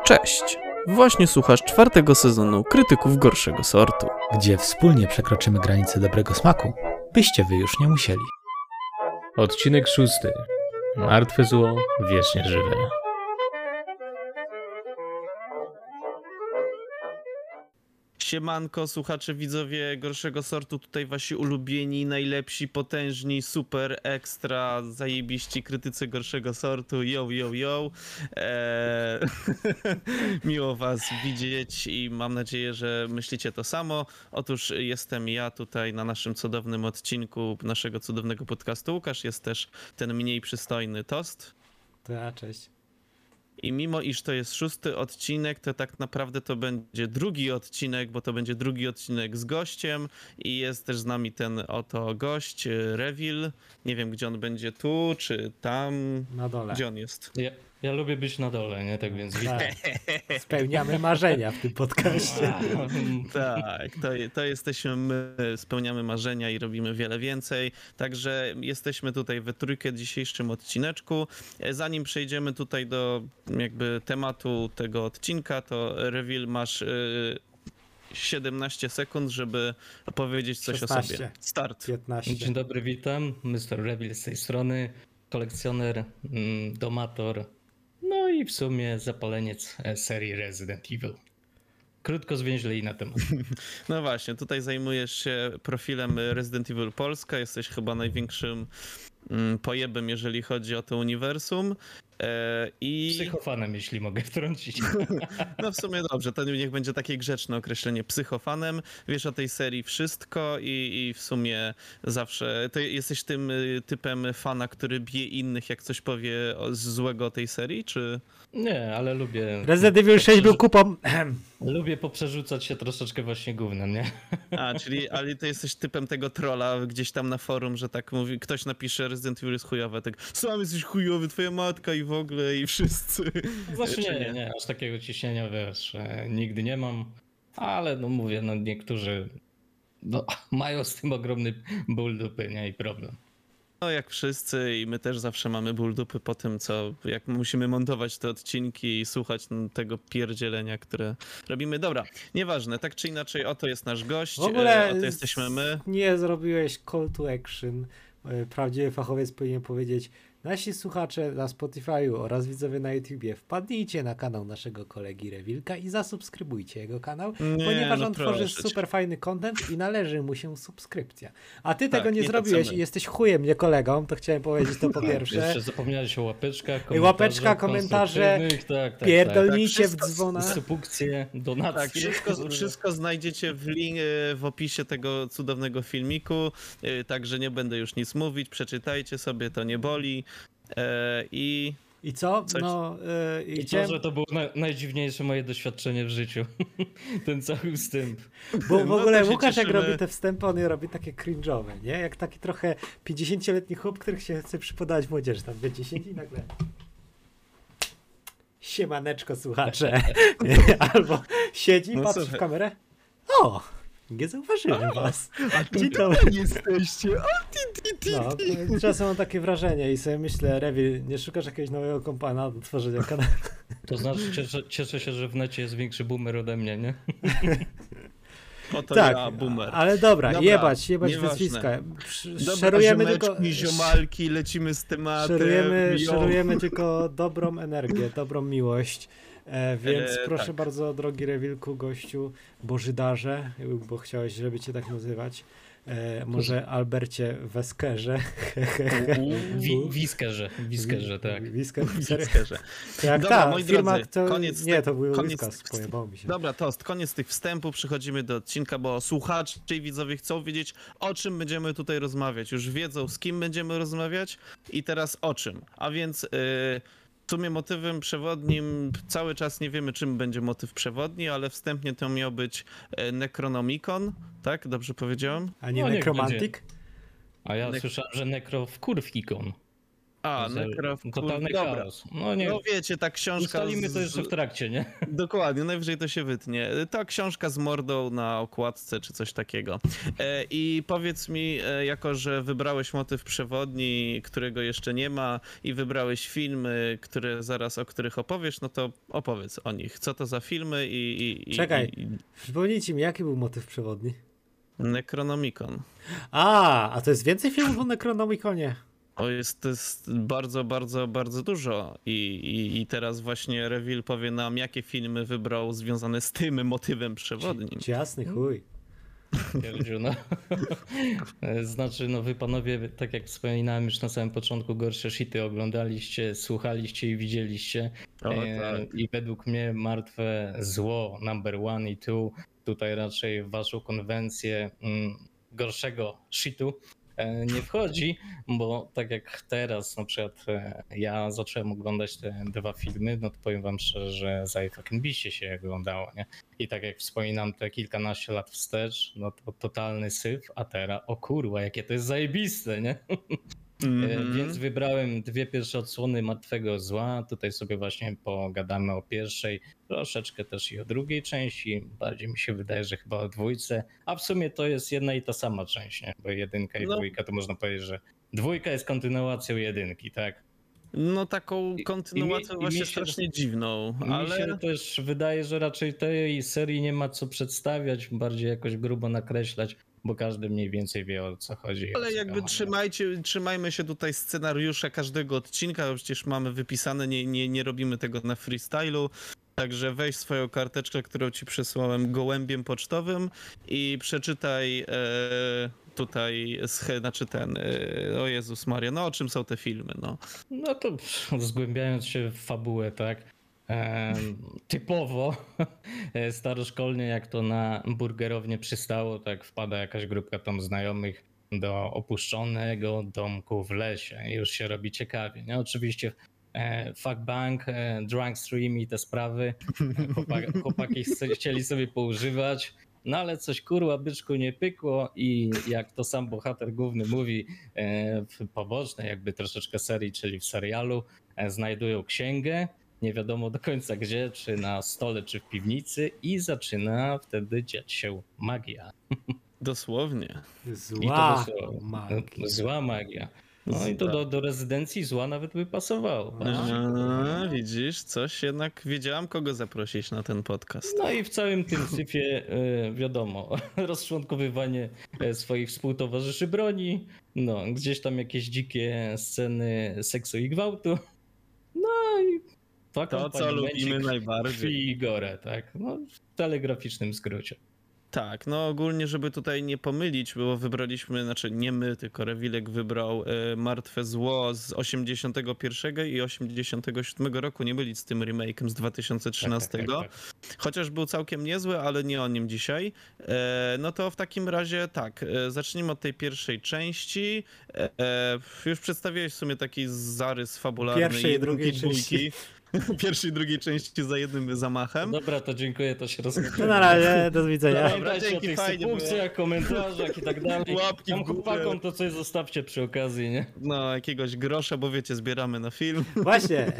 Cześć! Właśnie słuchasz 4. sezonu Krytyków Gorszego Sortu. Gdzie wspólnie przekroczymy granice dobrego smaku, byście wy już nie musieli. Odcinek 6. Martwe zło wiecznie żywe. Siemanko, słuchacze, widzowie Gorszego Sortu, tutaj wasi ulubieni, najlepsi, potężni, super, ekstra, zajebiści krytycy Gorszego Sortu, yo. Miło was widzieć i mam nadzieję, że myślicie to samo. Otóż jestem ja tutaj na naszym cudownym odcinku naszego cudownego podcastu. Łukasz, jest też ten mniej przystojny Tost. To ja, cześć. I mimo iż to jest 6. odcinek, to tak naprawdę to będzie 2. odcinek, bo to będzie 2. odcinek z gościem i jest też z nami ten oto gość, Revil. Nie wiem, gdzie on będzie, tu czy tam. Na dole. Gdzie on jest? Ja lubię być na dole, nie? Tak więc witam. Spełniamy marzenia w tym podcaście. Tak, to jesteśmy my, spełniamy marzenia i robimy wiele więcej. Także jesteśmy tutaj we trójkę w dzisiejszym odcineczku. Zanim przejdziemy tutaj do jakby tematu tego odcinka, to Revil, masz 17 sekund, żeby opowiedzieć coś 16, o sobie. Start. 15. Dzień dobry, witam. Mr. Revil z tej strony. Kolekcjoner, domator, no i w sumie zapaleniec serii Resident Evil. Krótko, zwięźle i na temat. No właśnie, tutaj zajmujesz się profilem Resident Evil Polska. Jesteś chyba największym pojebem, jeżeli chodzi o to uniwersum. Psychofanem, jeśli mogę wtrącić. No w sumie dobrze, to niech będzie takie grzeczne określenie, psychofanem. Wiesz o tej serii wszystko i w sumie zawsze... Ty jesteś tym typem fana, który bije innych, jak coś powie złego o tej serii, czy... Nie, ale lubię... Resident Evil 6 był kupą. Lubię poprzerzucać się troszeczkę właśnie gównem, nie? Ale ty jesteś typem tego trolla gdzieś tam na forum, że tak mówi, ktoś napisze Resident Evil jest chujowe, tak sam jesteś chujowy, twoja matka i w ogóle i wszyscy. Znaczy nie, aż takiego ciśnienia, wiesz, nigdy nie mam, ale no mówię, no niektórzy mają z tym ogromny ból dupy, nie, i problem. No jak wszyscy i my też zawsze mamy ból dupy po tym, jak musimy montować te odcinki i słuchać tego pierdzielenia, które robimy. Dobra, nieważne, tak czy inaczej, oto jest nasz gość, W ogóle oto jesteśmy my. Nie zrobiłeś call to action. Prawdziwy fachowiec powinien powiedzieć: nasi słuchacze na Spotify'u oraz widzowie na YouTubie, wpadnijcie na kanał naszego kolegi Rewilka i zasubskrybujcie jego kanał, ponieważ on tworzy super fajny content i należy mu się subskrypcja. A ty tego nie zrobiłeś i jesteś chujem, nie kolegą, to chciałem powiedzieć to po pierwsze. Jeszcze zapomniałeś o łapeczkach, komentarze, pierdolnijcie w dzwona. Subskrypcje, donacje. Tak, wszystko znajdziecie w opisie tego cudownego filmiku, także nie będę już nic mówić, przeczytajcie sobie, to nie boli. I co? I to, że to było najdziwniejsze moje doświadczenie w życiu. Ten cały wstęp. Bo w ogóle Łukasz jak robi te wstępy, on je robi takie cringe'owe, nie? Jak taki trochę 50-letni chłop, który się chce przypodać młodzieży, tam wie 10 i nagle... Siemaneczko, słuchacze. Albo siedzi, patrzy w kamerę. O! Nie zauważyłem was. Dzień dobry. Jesteście. Czasem mam takie wrażenie i sobie myślę, Revil, nie szukasz jakiegoś nowego kompana do tworzenia kanału? To znaczy, cieszę się, że w necie jest większy boomer ode mnie, nie? Oto tak, ja, boomer. Ale dobra, jebać wyzwiska. Szerujemy tylko... ziomalki, lecimy z tematem. Szerujemy tylko dobrą energię, dobrą miłość. Więc proszę tak. Bardzo, drogi Rewilku, gościu, Bożydarze, bo chciałeś, żeby cię tak nazywać. Może Albercie Weskerze. Wiskerze, tak. Wiskerze. Jak dobra, ta firma, drodzy, to... koniec Nie, to był Whiskas, pojebało mi się. Dobra, Tost, koniec tych wstępów, przechodzimy do odcinka, bo słuchacze i widzowie chcą wiedzieć, o czym będziemy tutaj rozmawiać. Już wiedzą, z kim będziemy rozmawiać i teraz o czym. A więc... W sumie motywem przewodnim, cały czas nie wiemy, czym będzie motyw przewodni, ale wstępnie to miał być Necronomicon, tak? Dobrze powiedziałem? A nie Necromantic? A ja słyszałem, że Necro wkurwikon. A, Necraft, Totalny dobra. chaos. No nie, No wiecie, ta książka... ustalimy to jeszcze w trakcie, nie? Dokładnie, najwyżej to się wytnie. Ta książka z mordą na okładce, czy coś takiego. I powiedz mi, jako że wybrałeś motyw przewodni, którego jeszcze nie ma, i wybrałeś filmy, o których opowiesz, no to opowiedz o nich. Co to za filmy Czekaj. i Przypomnijcie mi, jaki był motyw przewodni? Necronomicon. A to jest więcej filmów o Necronomiconie? To jest bardzo, bardzo, bardzo dużo. I teraz właśnie Revil powie nam, jakie filmy wybrał związane z tym motywem przewodnim. Jasny chuj. Pierdziu, no. Znaczy, no wy panowie, tak jak wspominałem już na samym początku, gorsze shity oglądaliście, słuchaliście i widzieliście. O, tak. I według mnie martwe zło number 1 i 2 tutaj raczej w waszą konwencję gorszego shitu nie wchodzi, bo tak jak teraz na przykład ja zacząłem oglądać te dwa filmy, no to powiem wam szczerze, że za fucking biście się oglądało, nie? I tak jak wspominam te kilkanaście lat wstecz, no to totalny syf, a teraz o kurwa, jakie to jest zajebiste, nie? Więc wybrałem dwie pierwsze odsłony Martwego Zła. Tutaj sobie właśnie pogadamy o pierwszej, troszeczkę też i o drugiej części. Bardziej mi się wydaje, że chyba o dwójce. A w sumie to jest jedna i ta sama część, nie? Bo jedynka i dwójka to można powiedzieć, że dwójka jest kontynuacją jedynki, tak? No taką kontynuacją i mi właśnie się- strasznie dziwną, Mi ale... się też wydaje, że raczej tej serii nie ma co przedstawiać, bardziej jakoś grubo nakreślać, bo każdy mniej więcej wie, o co chodzi. Ale o co jakby tam trzymajmy się tutaj scenariusza każdego odcinka, bo przecież mamy wypisane, nie robimy tego na freestylu. Także weź swoją karteczkę, którą ci przesłałem gołębiem pocztowym i przeczytaj tutaj, o Jezus Maria, no o czym są te filmy, no. No to zgłębiając się w fabułę, tak? Typowo staroszkolnie, jak to na burgerownię przystało, tak wpada jakaś grupka tam znajomych do opuszczonego domku w lesie i już się robi ciekawie. Nie? Oczywiście fuck bang, drunk stream i te sprawy. Chłopaki chcieli sobie poużywać, no ale coś kurwa byczku nie pykło i jak to sam bohater główny mówi w pobocznej jakby troszeczkę serii, czyli w serialu, znajdują księgę, nie wiadomo do końca gdzie, czy na stole, czy w piwnicy i zaczyna wtedy dziać się magia. Dosłownie. Zła dosłownie. magia. Zła magia. No i to do rezydencji zła nawet by pasowało. Patrzcie. Widzisz, coś jednak wiedziałam, kogo zaprosić na ten podcast. No i w całym tym syfie wiadomo, rozczłonkowywanie swoich współtowarzyszy broni, no gdzieś tam jakieś dzikie sceny seksu i gwałtu, no i To, co lubimy najbardziej. krwi i gore, tak, no w telegraficznym skrócie. Tak, no ogólnie, żeby tutaj nie pomylić, bo wybraliśmy, znaczy nie my, tylko Rewilek wybrał Martwe Zło z 81 i 87 roku, nie mylić z tym remake'em z 2013. Tak. Chociaż był całkiem niezły, ale nie o nim dzisiaj. No to w takim razie tak, zacznijmy od tej pierwszej części. Już przedstawiłeś w sumie taki zarys fabularny Pierwszej i drugiej jedynki, części. dwójki. Pierwszej i drugiej części za jednym zamachem. Dobra, to dziękuję, to się To rozpoczęło. na razie, do widzenia. Pamiętajcie dzięki, o tych fajnie subskrypcjach, komentarzach i tak dalej. Łapki w Tam górę. chłopakom to coś zostawcie przy okazji, nie? No, jakiegoś grosza, bo wiecie, zbieramy na film. Właśnie.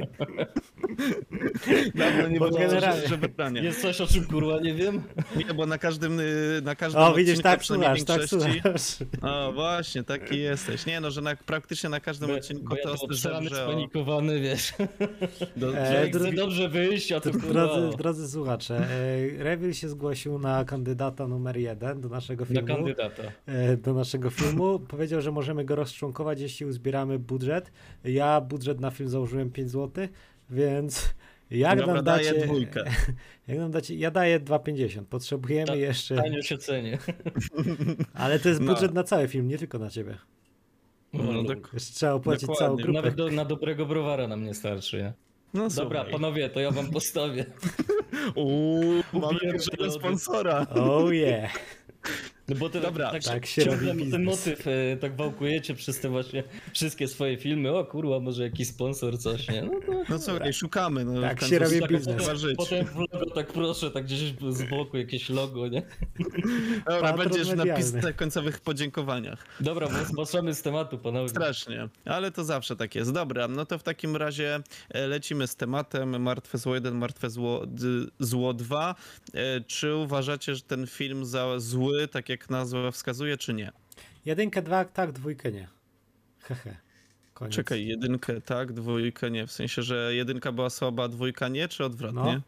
Dawno nie Bo było generalnie- że wybrania. Jest coś, o czym kurwa nie wiem? Nie, bo na każdym O, widzisz, odcinku, tak przynajmniej słuchasz, tak większości... słuchasz. O, właśnie, taki jesteś. Nie no, że praktycznie na każdym odcinku Bo ja to tu ostrze obsrany, żebrze o... spanikowany, wiesz. E, Chce dobrze wyjść, a to kurwa... Drodzy słuchacze, Revil się zgłosił na kandydata numer 1 do naszego Na filmu. kandydata. Do naszego filmu. Powiedział, że możemy go rozczłonkować, jeśli uzbieramy budżet. Ja budżet na film założyłem 5 zł, więc jak Dobra, nam dacie... daję dwójkę. Jak nam dacie... Ja daję 2,50. Potrzebujemy jeszcze... Tanio się ceni. Ale to jest No. budżet na cały film, nie tylko na ciebie. No, tak. Jeszcze trzeba opłacić Dokładnie. całą grupę. Nawet na dobrego browara nam nie starczy, nie? No, Dobra, słuchaj. panowie, to ja wam postawię. Uuu, mamy Ubiłem pierwszego lody. sponsora. Oh yeah. No bo ty Dobra, tak się robi ciągle ten biznes. motyw tak wałkujecie przez te właśnie wszystkie swoje filmy. O kurwa, może jakiś sponsor, coś, nie? No to No słuchaj, szukamy. No, Tak w końcu się robi tak biznes. trzeba żyć. potem w logo tak proszę, tak gdzieś z boku jakieś logo, nie? Dobra, Patron będziesz w medialny. napisach końcowych podziękowaniach. Dobra, bo zbaczamy z tematu, panowie. Strasznie, ale to zawsze tak jest. Dobra, no to w takim razie lecimy z tematem Martwe Zło 1, Martwe Zło 2. Czy uważacie, że ten film za zły, tak jak nazwa wskazuje, czy nie? 1, 2, tak, 2 nie. Hehe. Koniec. Czekaj, 1 tak, 2 nie. W sensie, że 1 była słaba, a 2 nie, czy odwrotnie? No.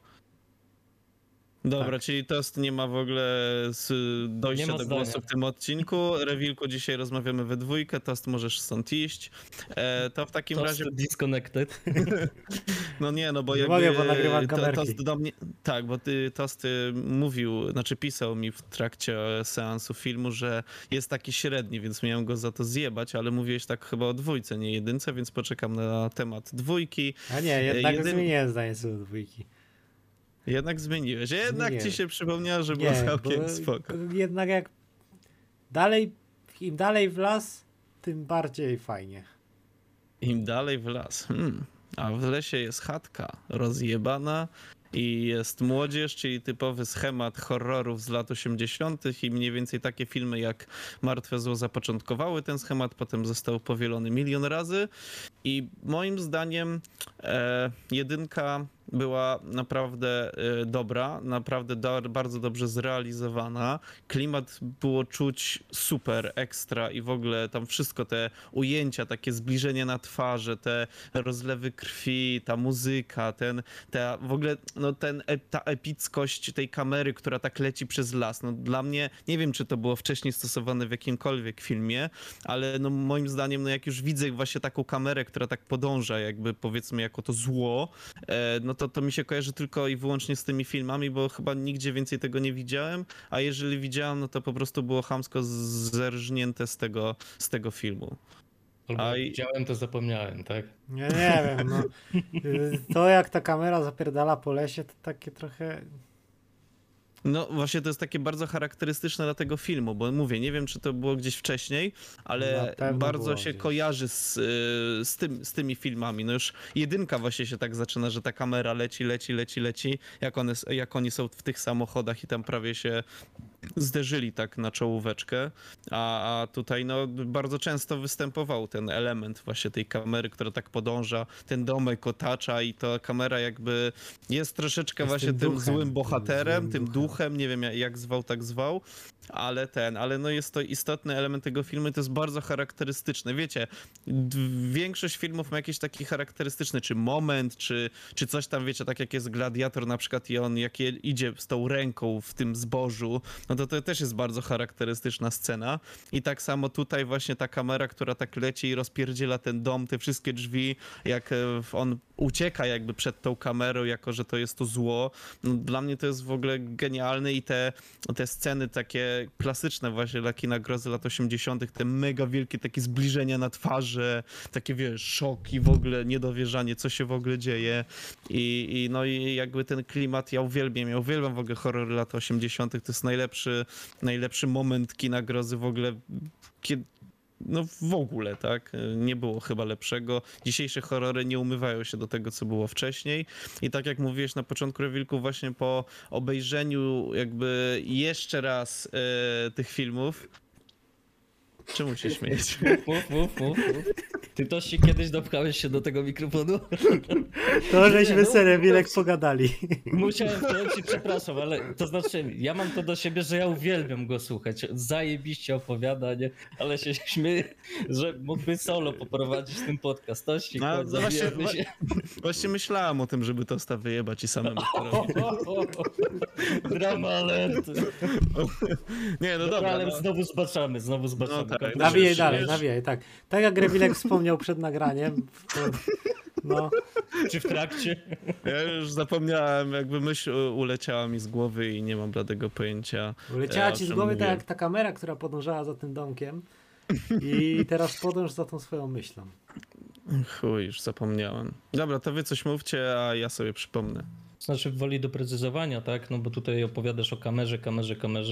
Dobra, Tak. czyli Tost nie ma w ogóle Nie dojścia ma do zdania. głosu w tym odcinku. Rewilku, dzisiaj rozmawiamy we dwójkę, Tost możesz stąd iść. To w takim razie... Disconnected. No nie, no bo Nie jakby... mogę, bo nagrywam to- kamerki. Tost do mnie... Tak, bo Tost mówił, znaczy pisał mi w trakcie seansu filmu, że jest taki średni, więc miałem go za to zjebać, ale mówiłeś tak chyba o 2, nie 1, więc poczekam na temat 2. A nie, jednak Jedyn- zmieniłem zdanie co do 2. Jednak zmieniłeś. Jednak ci Zmieniłem. się przypomniało, że było Nie, całkiem bo spoko. jednak jak dalej, im dalej w las, tym bardziej fajnie. Im dalej w las. A w lesie jest chatka rozjebana i jest młodzież, czyli typowy schemat horrorów z lat 80. i mniej więcej takie filmy jak Martwe Zło zapoczątkowały ten schemat, potem został powielony milion razy i moim zdaniem 1 była naprawdę dobra, naprawdę bardzo dobrze zrealizowana. Klimat było czuć super, ekstra i w ogóle tam wszystko, te ujęcia, takie zbliżenie na twarze, te rozlewy krwi, ta muzyka, w ogóle no ta epickość tej kamery, która tak leci przez las. No dla mnie, nie wiem czy to było wcześniej stosowane w jakimkolwiek filmie, ale no moim zdaniem, no jak już widzę właśnie taką kamerę, która tak podąża jakby powiedzmy jako to zło, no to mi się kojarzy tylko i wyłącznie z tymi filmami, bo chyba nigdzie więcej tego nie widziałem, a jeżeli widziałem, no to po prostu było chamsko zerżnięte z tego filmu. Albo A jak i- widziałem, to zapomniałem, tak? Ja nie wiem, no. To jak ta kamera zapierdala po lesie, to takie trochę... No właśnie to jest takie bardzo charakterystyczne dla tego filmu, bo mówię, nie wiem czy to było gdzieś wcześniej, Na ale pewno bardzo było się gdzieś. kojarzy z tymi filmami. No już 1 właśnie się tak zaczyna, że ta kamera leci, jak oni są w tych samochodach i tam prawie się zderzyli tak na czołóweczkę, a tutaj no bardzo często występował ten element właśnie tej kamery, która tak podąża, ten domek otacza i ta kamera jakby jest troszeczkę Jest właśnie tym tym duchem, złym tym bohaterem, złym tym duchem. duchem, nie wiem jak zwał, tak zwał, ale no jest to istotny element tego filmu i to jest bardzo charakterystyczne. Wiecie, większość filmów ma jakiś taki charakterystyczny, czy moment, czy coś tam, wiecie, tak jak jest Gladiator na przykład i on jak idzie z tą ręką w tym zbożu, no to też jest bardzo charakterystyczna scena. I tak samo tutaj właśnie ta kamera, która tak leci i rozpierdziela ten dom, te wszystkie drzwi, jak on ucieka jakby przed tą kamerą, jako że to jest to zło. No, dla mnie to jest w ogóle genialne i te sceny takie klasyczne właśnie dla kina grozy lat 80., te mega wielkie takie zbliżenia na twarze, takie wiesz, szok i w ogóle niedowierzanie, co się w ogóle dzieje. No i jakby ten klimat ja uwielbiam w ogóle horrory lat 80., to jest najlepszy moment kina grozy w ogóle, no w ogóle, tak? Nie było chyba lepszego. Dzisiejsze horrory nie umywają się do tego, co było wcześniej. I tak jak mówiłeś na początku, Rewilku, właśnie po obejrzeniu jakby jeszcze raz tych filmów. Czemu się śmiejesz? Mów. Ty też się kiedyś dopchałeś się do tego mikrofonu? To żeśmy no, sobie Rewilek pogadali. Musiałem wtrącić, przepraszam, ale to znaczy, ja mam to do siebie, że ja uwielbiam go słuchać. Zajebiście opowiada, nie? Ale się śmieję, że mógłby solo poprowadzić ten podcast. To się No, chodzi, właśnie- zabijamy się. Właśnie myślałem o tym, żeby Tosta wyjebać i samemu to robić. Drama alert. Nie, no Dobra, dobra. ale No. znowu zbaczamy. No tak. Nawijaj Wiesz, dalej, wiesz- nawijaj, tak. Tak jak Rewilek wspomniał przed nagraniem, to, no, Czy w trakcie? Ja już zapomniałem, jakby myśl uleciała mi z głowy i nie mam bladego pojęcia. uleciała o ci z czym głowy tak mówię. jak ta kamera, która podążała za tym domkiem i teraz podąż za tą swoją myślą. Chuj, już zapomniałem. Dobra, to wy coś mówcie, a ja sobie przypomnę. Znaczy woli doprecyzowania, tak? No bo tutaj opowiadasz o kamerze.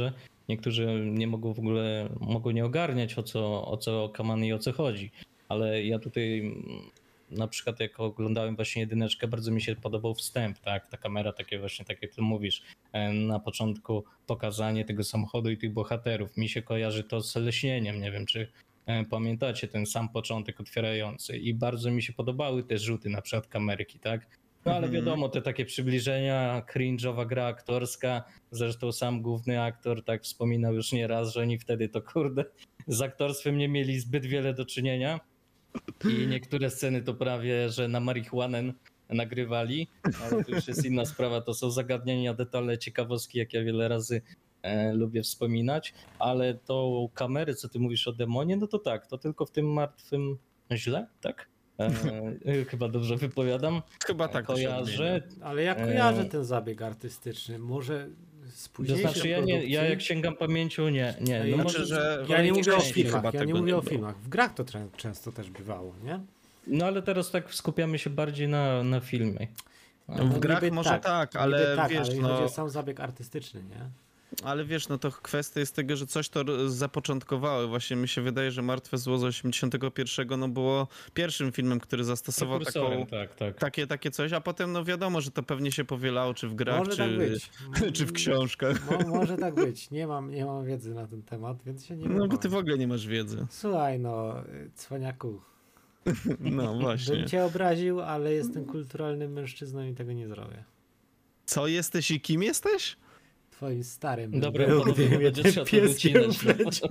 niektórzy nie mogą nie ogarniać o co Kaman i o co chodzi. Ale ja tutaj na przykład jak oglądałem właśnie jedyneczkę, bardzo mi się podobał wstęp, tak? Ta kamera takie właśnie, tak jak ty mówisz, na początku pokazanie tego samochodu i tych bohaterów. Mi się kojarzy to z Leśnieniem, nie wiem czy pamiętacie ten sam początek otwierający i bardzo mi się podobały te rzuty na przykład kamerki, tak? No ale wiadomo, te takie przybliżenia, cringe'owa gra aktorska, zresztą sam główny aktor tak wspominał już nieraz, że oni wtedy to kurde z aktorstwem nie mieli zbyt wiele do czynienia i niektóre sceny to prawie, że na marihuanę nagrywali, ale to już jest inna sprawa, to są zagadnienia, detale, ciekawostki, jak ja wiele razy lubię wspominać, ale tą kamerę, co ty mówisz o demonie, no to tak, to tylko w tym martwym źle, tak? Chyba dobrze wypowiadam. Chyba tak to się kojarzę. Ale ja kojarzę ten zabieg artystyczny. Może z To późniejszej znaczy produkcji? ja jak sięgam pamięcią, nie. No Znaczy, może, że Ja nie mówię o części filmach, chyba ja nie tego mówię o było. filmach. W grach to często też bywało, nie? no ale teraz tak skupiamy się bardziej na filmie. W grach niby może tak, ale niby tak, wiesz, ale no- chodzi o sam zabieg artystyczny, nie? Ale wiesz, no to kwestia jest tego, że coś to zapoczątkowało. Właśnie mi się wydaje, że Martwe Zło z 81 no było pierwszym filmem, który zastosował Prekursorem, taką, tak. takie coś, a potem no wiadomo, że to pewnie się powielało, czy w grach, Może tak być. czy w książkach. Może tak być. Nie mam wiedzy na ten temat, więc się nie No bo ty wypowiem. w ogóle nie masz wiedzy. Słuchaj, no, cwaniaku. No właśnie. Bym cię obraził, ale jestem kulturalnym mężczyzną i tego nie zrobię. Co jesteś i kim jesteś? Twoim starym Dobra, był, panowie, gdy mnie będzie ten trzeba to pies nie wycinać, no. uwledził.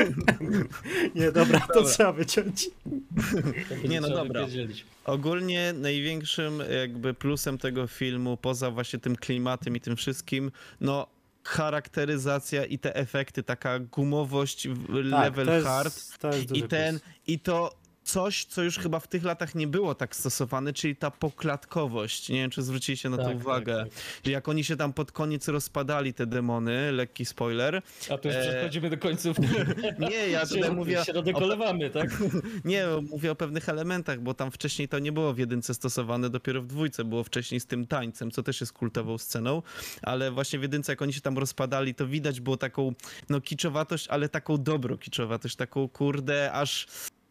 Nie, dobra, to Dobra. trzeba wyciąć. Nie, no Trzeba dobra. wypierdzielić. Ogólnie największym jakby plusem tego filmu, poza właśnie tym klimatem i tym wszystkim, no charakteryzacja i te efekty, taka gumowość, level hard to jest duży i ten, plus. i to coś, co już chyba w tych latach nie było tak stosowane, czyli ta poklatkowość. Nie wiem, czy zwróciliście na to Tak, uwagę. tak. Że jak oni się tam pod koniec rozpadali, te demony, lekki spoiler. A tu już przechodzimy do końców. Nie, ja tutaj mówię... Środek olewamy, tak? Nie, mówię o pewnych elementach, bo tam wcześniej to nie było w jedynce stosowane, dopiero w dwójce było wcześniej z tym tańcem, co też jest kultową sceną, ale właśnie w jedynce, jak oni się tam rozpadali, to widać było taką, no kiczowatość, ale taką dobrą kiczowatość, taką kurde, aż...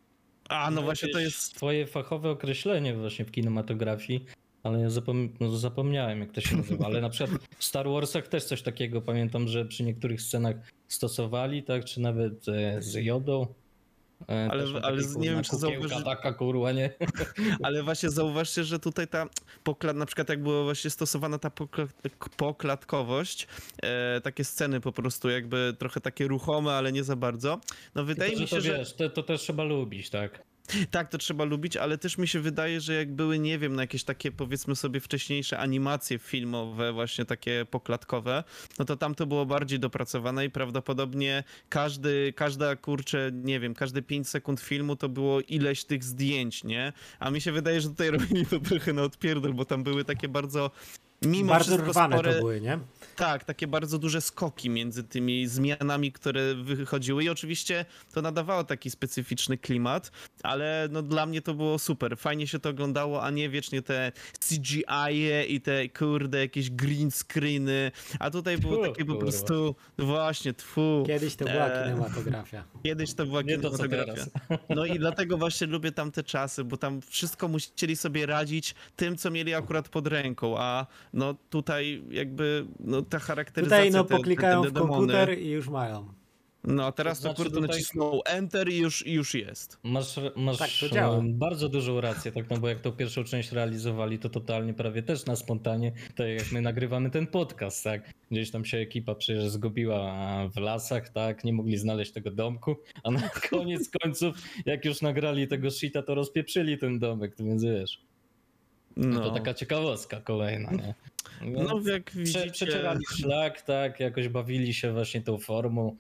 A, no właśnie to jest... Twoje fachowe określenie właśnie w kinematografii, ale ja zapomniałem jak to się nazywa, ale na przykład w Star Warsach też coś takiego pamiętam, że przy niektórych scenach stosowali, tak, czy nawet z Jodą. Ale nie wiem, czy zauważy... Taka kurwa, nie? Ale właśnie zauważcie, że tutaj ta na przykład jak była właśnie stosowana ta poklatkowość, takie sceny po prostu jakby trochę takie ruchome, ale nie za bardzo. No wydaje Tylko, mi się, to że... wiesz, to też trzeba lubić, tak? Tak, to trzeba lubić, ale też mi się wydaje, że jak były, nie wiem, na jakieś takie powiedzmy sobie wcześniejsze animacje filmowe, właśnie takie poklatkowe, no to tam to było bardziej dopracowane i prawdopodobnie każda kurczę, nie wiem, każde 5 sekund filmu to było ileś tych zdjęć, nie? A mi się wydaje, że tutaj robili to trochę na odpierdol, bo tam były takie bardzo... Mimo Bardzo wszystko rwane spore, to były, nie? tak, takie bardzo duże skoki między tymi zmianami, które wychodziły i oczywiście to nadawało taki specyficzny klimat, ale no dla mnie to było super. Fajnie się to oglądało, a nie wiecznie te CGI-e i te kurde jakieś green screeny, a tutaj było Tfu, takie po kurwa. prostu właśnie tfu. Kiedyś to była kinematografia. Kiedyś to była Nie to, co kinematografia. No i dlatego właśnie lubię tamte czasy, bo tam wszystko musieli sobie radzić tym, co mieli akurat pod ręką, a no tutaj jakby no ta charakteryzacja... Tutaj no te poklikają w demony. komputer i już mają. No a teraz To to znaczy kurde tutaj- nacisnął Enter i już jest. Masz Tak, to działa. bardzo dużą rację, tak, no bo jak tą pierwszą część realizowali, to totalnie prawie też na spontanie, tak jak my nagrywamy ten podcast, tak, gdzieś tam się ekipa przecież zgubiła w lasach, tak, nie mogli znaleźć tego domku, a na koniec końców, jak już nagrali tego shita, to rozpieprzyli ten domek, to więc wiesz, No, to taka ciekawostka kolejna, nie? no jak widzicie... Przecierali szlak, tak, jakoś bawili się właśnie tą formą,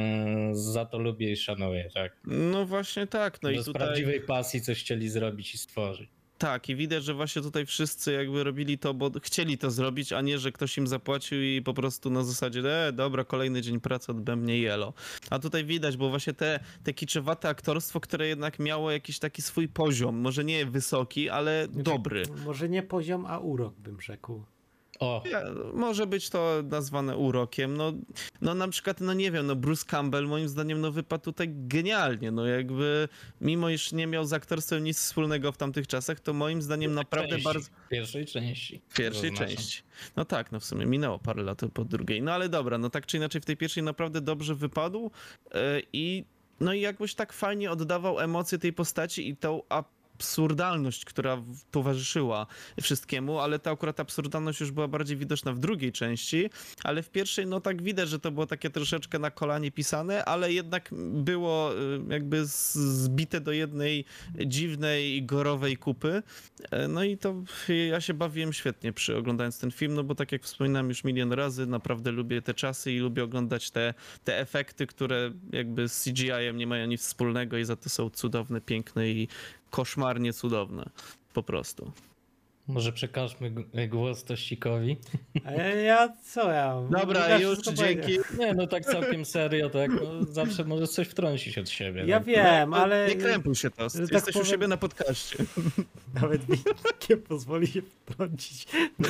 za to lubię i szanuję, tak. No właśnie tak, no No i z tutaj... prawdziwej pasji coś chcieli zrobić i stworzyć. Tak, i widać, że właśnie tutaj wszyscy jakby robili to, bo chcieli to zrobić, a nie, że ktoś im zapłacił i po prostu na zasadzie, dobra, kolejny dzień pracy odbędzie jelo. A tutaj widać, bo właśnie te kiczowate aktorstwo, które jednak miało jakiś taki swój poziom, może nie wysoki, ale dobry. Może nie poziom, a urok bym rzekł. O, Może być to nazwane urokiem. No na przykład, no nie wiem, no Bruce Campbell moim zdaniem no wypadł tutaj genialnie. No jakby, mimo iż nie miał z aktorstwem nic wspólnego w tamtych czasach, to moim zdaniem naprawdę bardzo... w pierwszej części. W pierwszej zaznaczam. części. No tak, no w sumie minęło parę lat po drugiej. No ale dobra, no tak czy inaczej w tej pierwszej naprawdę dobrze wypadł no i jakbyś tak fajnie oddawał emocje tej postaci i tą absurdalność, która towarzyszyła wszystkiemu, ale ta akurat absurdalność już była bardziej widoczna w drugiej części, ale w pierwszej no tak widać, że to było takie troszeczkę na kolanie pisane, ale jednak było jakby zbite do jednej dziwnej i gorowej kupy. No i to ja się bawiłem świetnie oglądając ten film, no bo tak jak wspominałem już milion razy, naprawdę lubię te czasy i lubię oglądać te efekty, które jakby z CGI-em nie mają nic wspólnego i za to są cudowne, piękne i koszmarnie cudowne. Po prostu. Może przekażmy głos Tościkowi. Ja? Dobra, Łukasz już wszystko dzięki. powiedział. Nie, no tak całkiem serio, tak, no, zawsze możesz coś wtrącić od siebie. Ja tak? wiem, ale Nie krępuj się to. że tak Jesteś u powiem- siebie na podcaście. nawet mi nie pozwoli się wtrącić.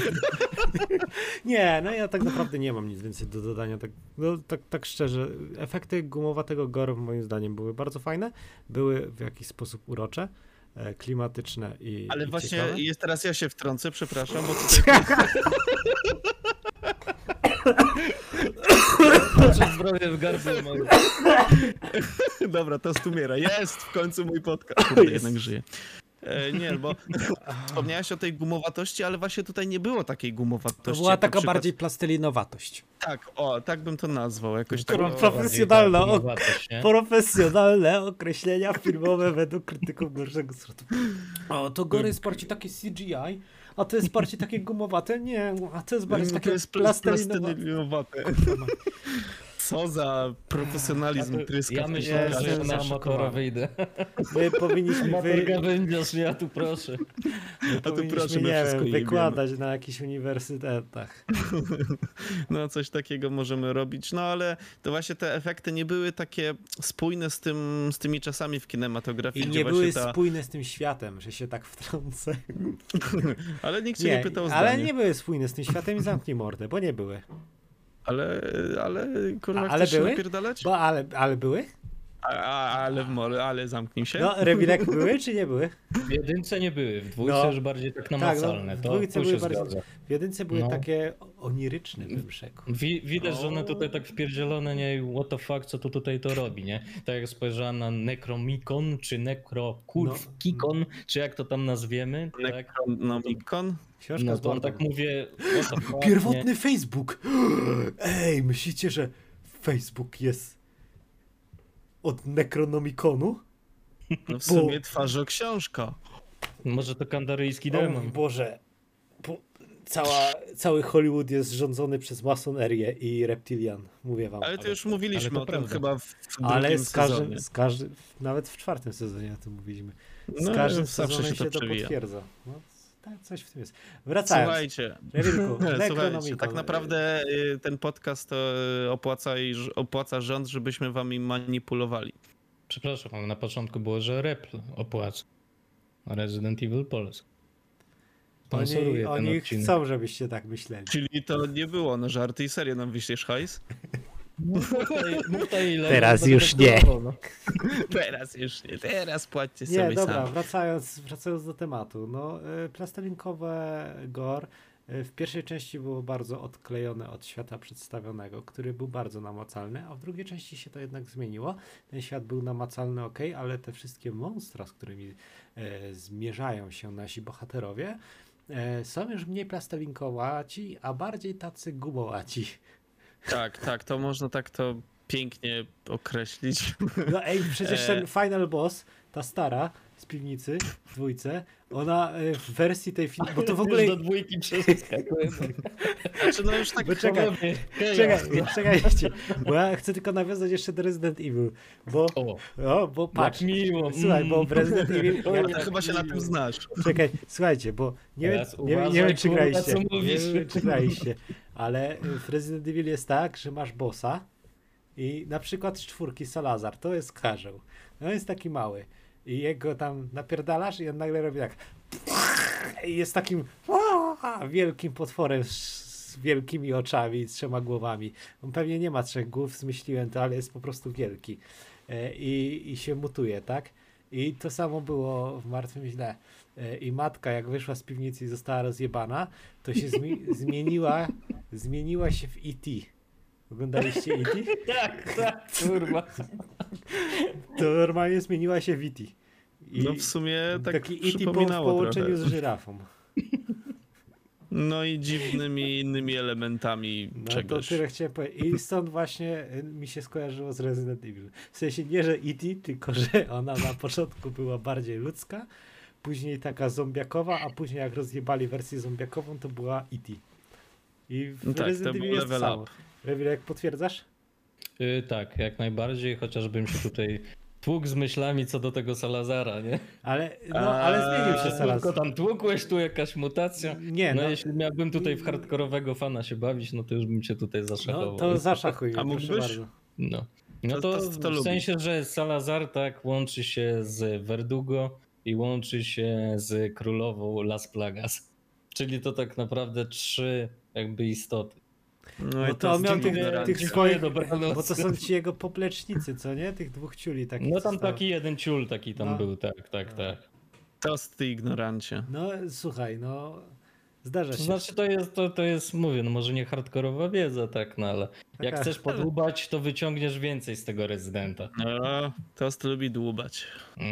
Nie, no ja tak naprawdę nie mam nic więcej do dodania. Tak szczerze, efekty gumowatego gore moim zdaniem były bardzo fajne, były w jakiś sposób urocze, klimatyczne i Ale i właśnie ciekawe. jest teraz ja się wtrącę, przepraszam, bo tutaj... Proszę zdrowie w gardle moje. Dobra, to stumiera. Jest w końcu mój podcast. Kurde, Jest. jednak żyje. Nie, bo wspomniałeś o tej gumowatości, ale właśnie tutaj nie było takiej To gumowatości. była jak na taka przykład- bardziej plastelinowatość. Tak, tak bym to nazwał. Jakoś Pro- tak. pro- Profesjonalna Bardziej ta gumowatość, nie? Profesjonalne określenia filmowe według krytyków gorszego sortu. O, to gore jest bardziej takie CGI, a to jest bardziej takie gumowate. Nie, a to jest bardziej takie To jest plastelinowe. plastelinowe. Co za profesjonalizm tryska. Ja myślę, Jestem że na zaszokowany. amatora wyjdę. My powinniśmy Amator gawędziarz, ja tu proszę. A tu proszę, my nie wszystko wiem, jebiemy. wykładać na jakichś uniwersytetach. No coś takiego możemy robić, no ale to właśnie te efekty nie były takie spójne z tymi czasami w kinematografii. I gdzie nie właśnie były spójne z tym światem, że się tak wtrącę. Ale nikt cię nie pytał o zdanie. ale nie były spójne z tym światem i zamknij mordę, bo nie były. Ale kurwa, Ale chcesz się były? napierdalać? Ale były? Ale zamknij się. No, Rewilek były czy nie były? W jedynce nie były, w dwójce No. już bardziej tak namacalne. w To dwójce tu były się bardziej- zgadza. W jedynce były No. takie oniryczne, bym rzekł. Widać, że one tutaj tak wpierdzielone, nie, what the fuck, co tu tutaj to robi, nie? Tak jak spojrzałem na Necromicon, czy Necrokikon, czy jak to tam nazwiemy, tak? Necronomicon? Książka No z to on Bordem. tak mówię, what the fuck, nie? Pierwotny Facebook! Ej, myślicie, że Facebook jest od Necronomiconu? No w sumie twarzoksiążka. Może to kandaryjski O mój demon. Boże. Cały Hollywood jest rządzony przez masonerię i reptilian, mówię wam. Ale to już mówiliśmy to o tym prawda. chyba w Ale drugim sezonie. nawet w czwartym sezonie o tym mówiliśmy. Z No, każdym zawsze sezonem się to się to przewija. potwierdza. No, tak, coś w tym jest. Wracając. Słuchajcie, Rewilku, słuchajcie, Necronomicon. tak naprawdę ten podcast to opłaca rząd, żebyśmy wami manipulowali. Przepraszam, na początku było, że Repl opłaca. Resident Evil Polska. Sponsoruje ten Oni odcinek. chcą, żebyście tak myśleli. Czyli to nie było na żarty i serio nam wyślesz hajs? Mów to ile, Teraz będę już nie. kontrolował, no. Teraz już nie, teraz płaćcie Nie, sobie dobra, sami. wracając do tematu. No, plastelinkowe gore w pierwszej części było bardzo odklejone od świata przedstawionego, który był bardzo namacalny, a w drugiej części się to jednak zmieniło. Ten świat był namacalny, ok, ale te wszystkie monstra, z którymi zmierzają się nasi bohaterowie, są już mniej plastelinkowaci, a bardziej tacy gumowaci. Tak, to można tak to pięknie określić. No ej, przecież ten final boss, ta stara z piwnicy w dwójce, ona w wersji tej filmu, bo to w ogóle... Już do dwójki przeskakuję. Znaczy no już tak Bo czekajcie, bo ja chcę tylko nawiązać jeszcze do Resident Evil, bo patrz, jak miło. słuchaj, bo w Resident Evil... to jak chyba się na tym znasz. Czekaj, słuchajcie, bo nie wiem, Teraz nie uważaj, wiem czy kurwa, graliście, co nie mówisz. wiem czy graliście, ale w Resident Evil jest tak, że masz bossa i na przykład z 4 Salazar, to jest karzeł, no jest taki mały i jego tam napierdalasz i on nagle robi tak i jest takim wielkim potworem z wielkimi oczami i 3 głowami. On pewnie nie ma 3 głów, zmyśliłem to, ale jest po prostu wielki. I się mutuje, tak? I to samo było w Martwym Źle. I matka, jak wyszła z piwnicy i została rozjebana, to się zmieniła się w E.T. Oglądaliście E.T.? Tak, kurwa. To normalnie zmieniła się w E.T. I No w sumie tak taki E.T. w przypominało połączeniu trochę. z żyrafą. No i dziwnymi innymi elementami No to czegoś. tyle chciałem powiedzieć. I stąd właśnie mi się skojarzyło z Resident Evil. W sensie nie, że E.T., tylko że ona na początku była bardziej ludzka, później taka zombiakowa, a później jak rozjebali wersję zombiakową, to była E.T. I w No tak, Resident to Evil był jest to level samo. up. Rewil, jak potwierdzasz? Tak, jak najbardziej, chociażbym się tutaj tłukł z myślami co do tego Salazara, nie? Ale zmienił się Tylko Salazar. tam tłukłeś, tu jakaś mutacja. Nie, No, no, jeśli miałbym tutaj w hardkorowego fana się bawić, no to już bym się tutaj zaszachował. no to zaszachuj, A proszę mógłbyś? bardzo. No, no To to, lubi. w sensie, że Salazar tak łączy się z Verdugo i łączy się z królową Las Plagas. Czyli to tak naprawdę 3 jakby istoty. No No to on miał tych ignorancja. swoich, Dobranoc. bo to są ci jego poplecznicy, co nie? Tych 2 ciuli takich. No co tam stało. taki jeden ciul taki tam No. był, tak. Tost, ty ignorancie. No słuchaj, zdarza To się. znaczy to jest, mówię, no może nie hardkorowa wiedza, tak, no ale jak Taka- chcesz podłubać, to wyciągniesz więcej z tego rezydenta. No, Tost lubi dłubać.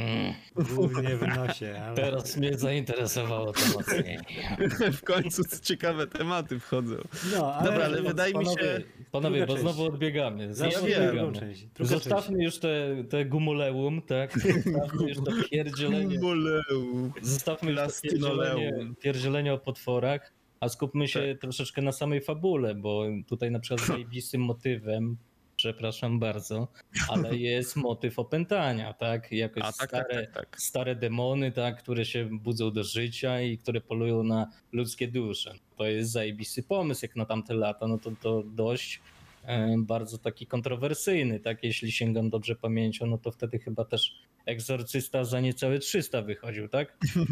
Głównie w nosie, ale... Teraz mnie zainteresowało to mocniej. W końcu ciekawe tematy wchodzą. No, ale... Dobra, ale wydaje mi się... Panowie, Druga bo znowu część. odbiegamy. Znowu Zacznij wiem. drugą odbiegamy. część. Druga część. Zostawmy już te gumuleum, tak? Zostawmy już to pierdzielenie. Gumuleu. Zostawmy już to Plastynoleum. pierdzielenie o potworach, a skupmy się troszeczkę na samej fabule, bo tutaj na przykład zajebistym motywem, przepraszam bardzo, ale jest motyw opętania, tak? Jakoś A tak, tak. stare demony, tak, które się budzą do życia i które polują na ludzkie dusze. To jest zajebisty pomysł, jak na tamte lata, no to dość bardzo taki kontrowersyjny, tak? Jeśli sięgam dobrze pamięcią, no to wtedy chyba też Egzorcysta za niecałe 300 wychodził, tak?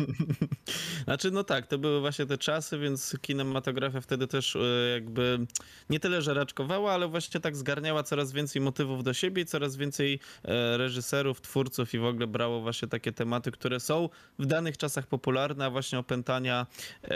Znaczy, no tak, to były właśnie te czasy, więc kinematografia wtedy też jakby nie tyle, że raczkowała, ale właśnie tak zgarniała coraz więcej motywów do siebie i coraz więcej reżyserów, twórców i w ogóle brało właśnie takie tematy, które są w danych czasach popularne, a właśnie opętania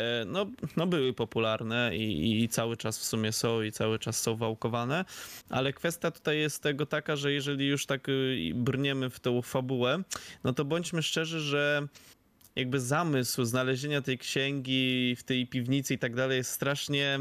no były popularne i cały czas w sumie są i cały czas są wałkowane, ale kwestia tutaj jest tego taka, że jeżeli już tak brniemy w tą fabułę, no to bądźmy szczerzy, że jakby zamysł znalezienia tej księgi w tej piwnicy i tak dalej jest strasznie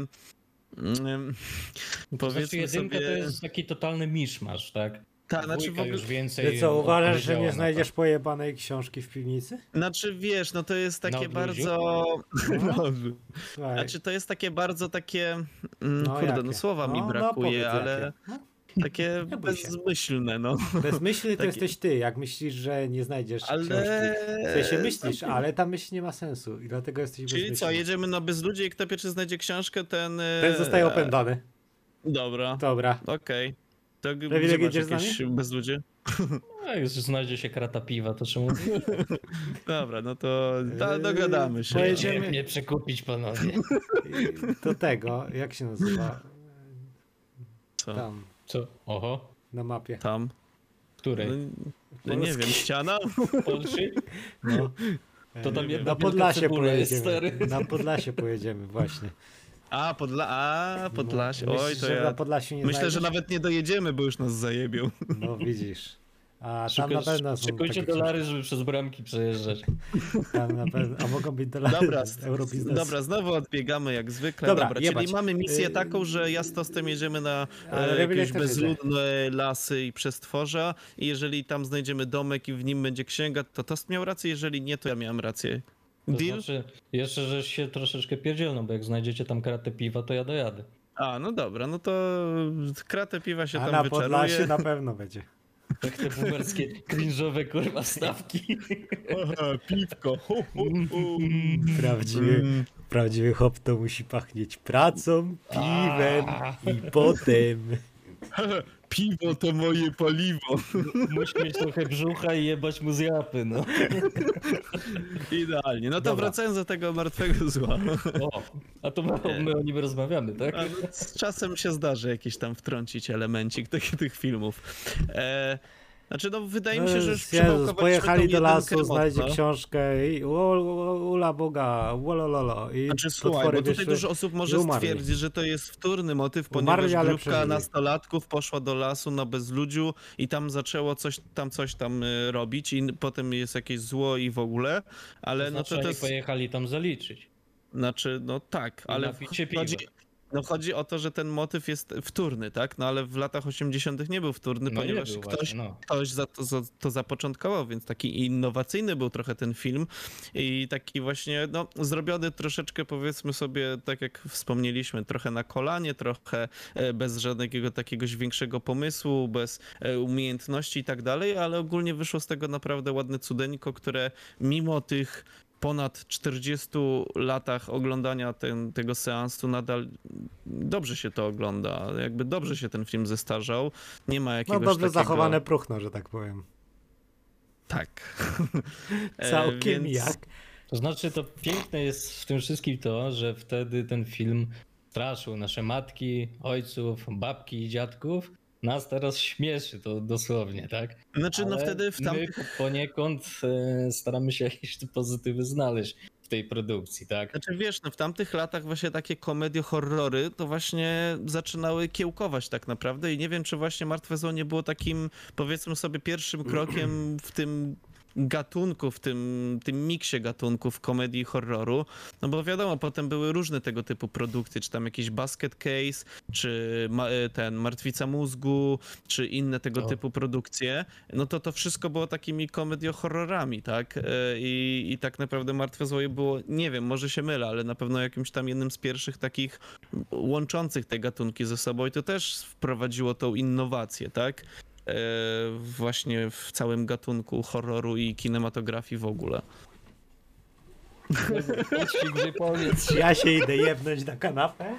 powiedzmy jedynka sobie... to jest taki totalny miszmasz, tak? Tak, znaczy w Dwójka ogóle... już więcej Ty co, uważasz, że odpowiedziała nie na znajdziesz pojebanej książki w piwnicy? Znaczy wiesz, no to jest takie Na odludziu? bardzo... No. Słuchaj, Znaczy to jest takie bardzo takie... kurde, jakie? no słowa mi No, brakuje, powiedz ale jakie. No, takie nie bój się. bezmyślne, no. bezmyślny to Takie- jesteś ty, jak myślisz, że nie znajdziesz Ale... książki. W sensie myślisz, ale ta myśl nie ma sensu i dlatego jesteś Czyli bezmyślny. co, jedziemy na bezludzie i kto pierwszy znajdzie książkę, ten... Ten zostaje opętany. Dobra, Dobra. okej. To Rewilek, gdzie masz jedziesz z jakieś nami? bezludzie? A już znajdzie się krata piwa, to czemu Dobra, no to dogadamy się. pojedziemy- nie przekupić, panowie? Do tego, jak się nazywa? Co? Tam, Co? Oho, na mapie. Tam? której? No nie wiem, ściana? Polszy? No. To tam Nie jedna Na Podlasie cebula jest, pojedziemy. stary. Na Podlasie pojedziemy, właśnie. Podlasie. No, Oj, myślisz, to że na ja... Podlasiu nie Myślę, że znajdziesz? nawet nie dojedziemy, bo już nas zajebią. No widzisz. A tam na pewno są Szykujcie takie dolary, żeby przez bramki przejeżdżać. książki. Tam na pewno, a mogą być dolary Dobra, z Eurobiznesu. dobra, znowu odbiegamy jak zwykle. Dobra, Dobra, jebać. czyli mamy misję taką, że ja z Tostem jedziemy na Ale Rewilek jakieś też bezludne lasy i przestworza i jeżeli tam znajdziemy domek i w nim będzie księga, to Tost miał rację, jeżeli nie, to ja miałem rację. To Deal? znaczy, jeszcze żeś się troszeczkę pierdzielną, bo jak znajdziecie tam kratę piwa, to ja dojadę. A, no dobra, no to kratę piwa się A tam na wyczaruje. Podlasie na pewno będzie. Tak te boomerskie, cringe'owe kurwa stawki. Aha, piwko. Prawdziwy hop to musi pachnieć pracą, piwem i potem. Piwo to moje paliwo. Musi mieć trochę brzucha i jebać mu z japy, no. Idealnie. No to Dobra. wracając do tego martwego zła. O, a to my o nim rozmawiamy, tak? A, no, z czasem się zdarzy jakiś tam wtrącić elemencik tych filmów. Znaczy, no wydaje mi się, że już Jezus, przypałkowaliśmy pojechali tą do lasu, jedynkę znaleźli mocno. książkę i ula boga, wolololo. I Znaczy słuchaj, potwory bo tutaj wyszły dużo osób i może umarli. stwierdzić, że to jest wtórny motyw, Umarli, ponieważ ale grupka przeżyli. nastolatków poszła do lasu na bezludziu i tam zaczęło coś tam robić i potem jest jakieś zło i w ogóle, ale no to Znaczy, jest... pojechali tam zaliczyć. Znaczy, no tak, ale napić się piwa. chodzi o to, że ten motyw jest wtórny, tak? No ale w latach 80. nie był wtórny, No ponieważ nie był ktoś, właśnie, no. ktoś to zapoczątkował, więc taki innowacyjny był trochę ten film i taki właśnie, no, zrobiony troszeczkę, powiedzmy sobie, tak jak wspomnieliśmy, trochę na kolanie, trochę bez żadnego takiego większego pomysłu, bez umiejętności i tak dalej, ale ogólnie wyszło z tego naprawdę ładne cudeńko, które mimo tych ponad 40 latach oglądania tego seansu nadal dobrze się to ogląda. Jakby dobrze się ten film zestarzał. Nie ma No jakiegoś dobrze takiego... zachowane próchno, że tak powiem. Tak. Całkiem Więc- jak. To znaczy, to piękne jest w tym wszystkim to, że wtedy ten film straszył nasze matki, ojców, babki i dziadków. Nas teraz śmieszy to dosłownie, tak? Znaczy, no Ale wtedy w tamtych... my poniekąd staramy się jakieś te pozytywy znaleźć w tej produkcji, tak? Znaczy wiesz, no w tamtych latach właśnie takie komedie, horrory to właśnie zaczynały kiełkować tak naprawdę i nie wiem, czy właśnie Martwe Zło nie było takim, powiedzmy sobie, pierwszym krokiem w tym gatunku, w tym miksie gatunków komedii i horroru, no bo wiadomo, potem były różne tego typu produkty, czy tam jakiś Basket Case, czy ten Martwica Mózgu, czy inne tego typu produkcje, no to wszystko było takimi komediohorrorami, tak? I tak naprawdę Martwe Zło było, nie wiem, może się mylę, ale na pewno jakimś tam jednym z pierwszych takich łączących te gatunki ze sobą i to też wprowadziło tą innowację, tak? Właśnie w całym gatunku horroru i kinematografii w ogóle. Powiedz. Ja się idę jebnąć na kanapę.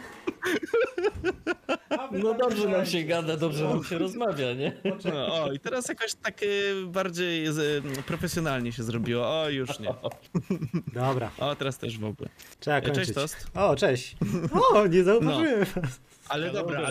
No dobrze nam się gada, dobrze nam się rozmawia, nie? No, o, i teraz jakoś tak bardziej profesjonalnie się zrobiło. O, już nie. Dobra, O, teraz też w ogóle. trzeba kończyć. Cześć, Tost. O, cześć. O, nie zauważyłem was. Ale dobra,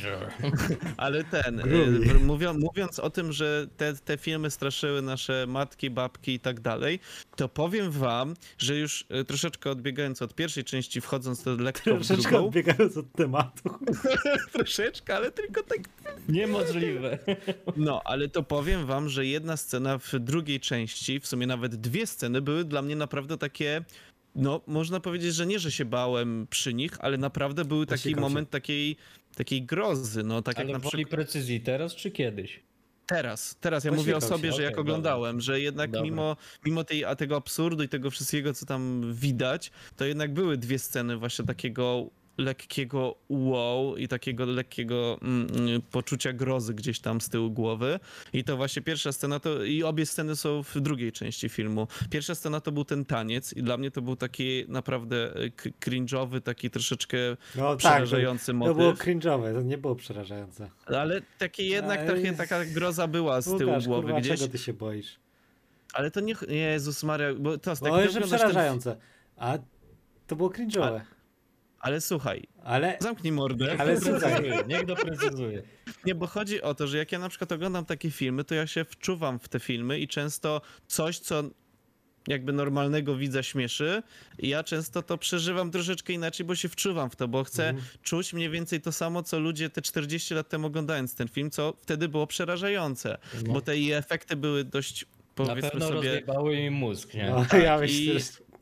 ale Grubi. mówiąc o tym, że te filmy straszyły nasze matki, babki i tak dalej, to powiem wam, że już troszeczkę odbiegając od pierwszej części, wchodząc to lekko w Troszeczkę drugą, odbiegając od tematu. troszeczkę, ale tylko tak. Niemożliwe. No, ale to powiem wam, że jedna scena w drugiej części, w sumie nawet dwie sceny były dla mnie naprawdę takie, no można powiedzieć, że nie, że się bałem przy nich, ale naprawdę był taki Zasikam się. moment takiej grozy, no tak Ale jak na woli przykład precyzji teraz czy kiedyś? teraz ja mówię o Zasikał sobie, się. że jak Okej, oglądałem, że jednak Dobra. mimo tego absurdu i tego wszystkiego, co tam widać, to jednak były dwie sceny właśnie takiego lekkiego wow i takiego lekkiego poczucia grozy gdzieś tam z tyłu głowy. I to właśnie pierwsza scena, i obie sceny są w drugiej części filmu. Pierwsza scena to był ten taniec i dla mnie to był taki naprawdę cringe'owy, taki troszeczkę No tak, przerażający to motyw. było cringe'owe, to nie było przerażające. Ale takie jednak Ale- trochę taka groza była z tyłu Łukasz, głowy kurwa, gdzieś. czego ty się boisz? Ale to nie... Jezus Maria, bo to tak Bo że oglądasz ten... przerażające. A to było cringe'owe. Ale słuchaj, Ale, zamknij mordę. ale słuchaj, Niech doprecyzuje. Nie, bo chodzi o to, że jak ja na przykład oglądam takie filmy, to ja się wczuwam w te filmy i często coś, co jakby normalnego widza śmieszy, i ja często to przeżywam troszeczkę inaczej, bo się wczuwam w to, bo chcę czuć mniej więcej to samo, co ludzie te 40 lat temu oglądając ten film, co wtedy było przerażające, No. bo te jej efekty były dość, Na powiedzmy pewno sobie... rozjebały im mózg, nie? no, Tak, ja myślę,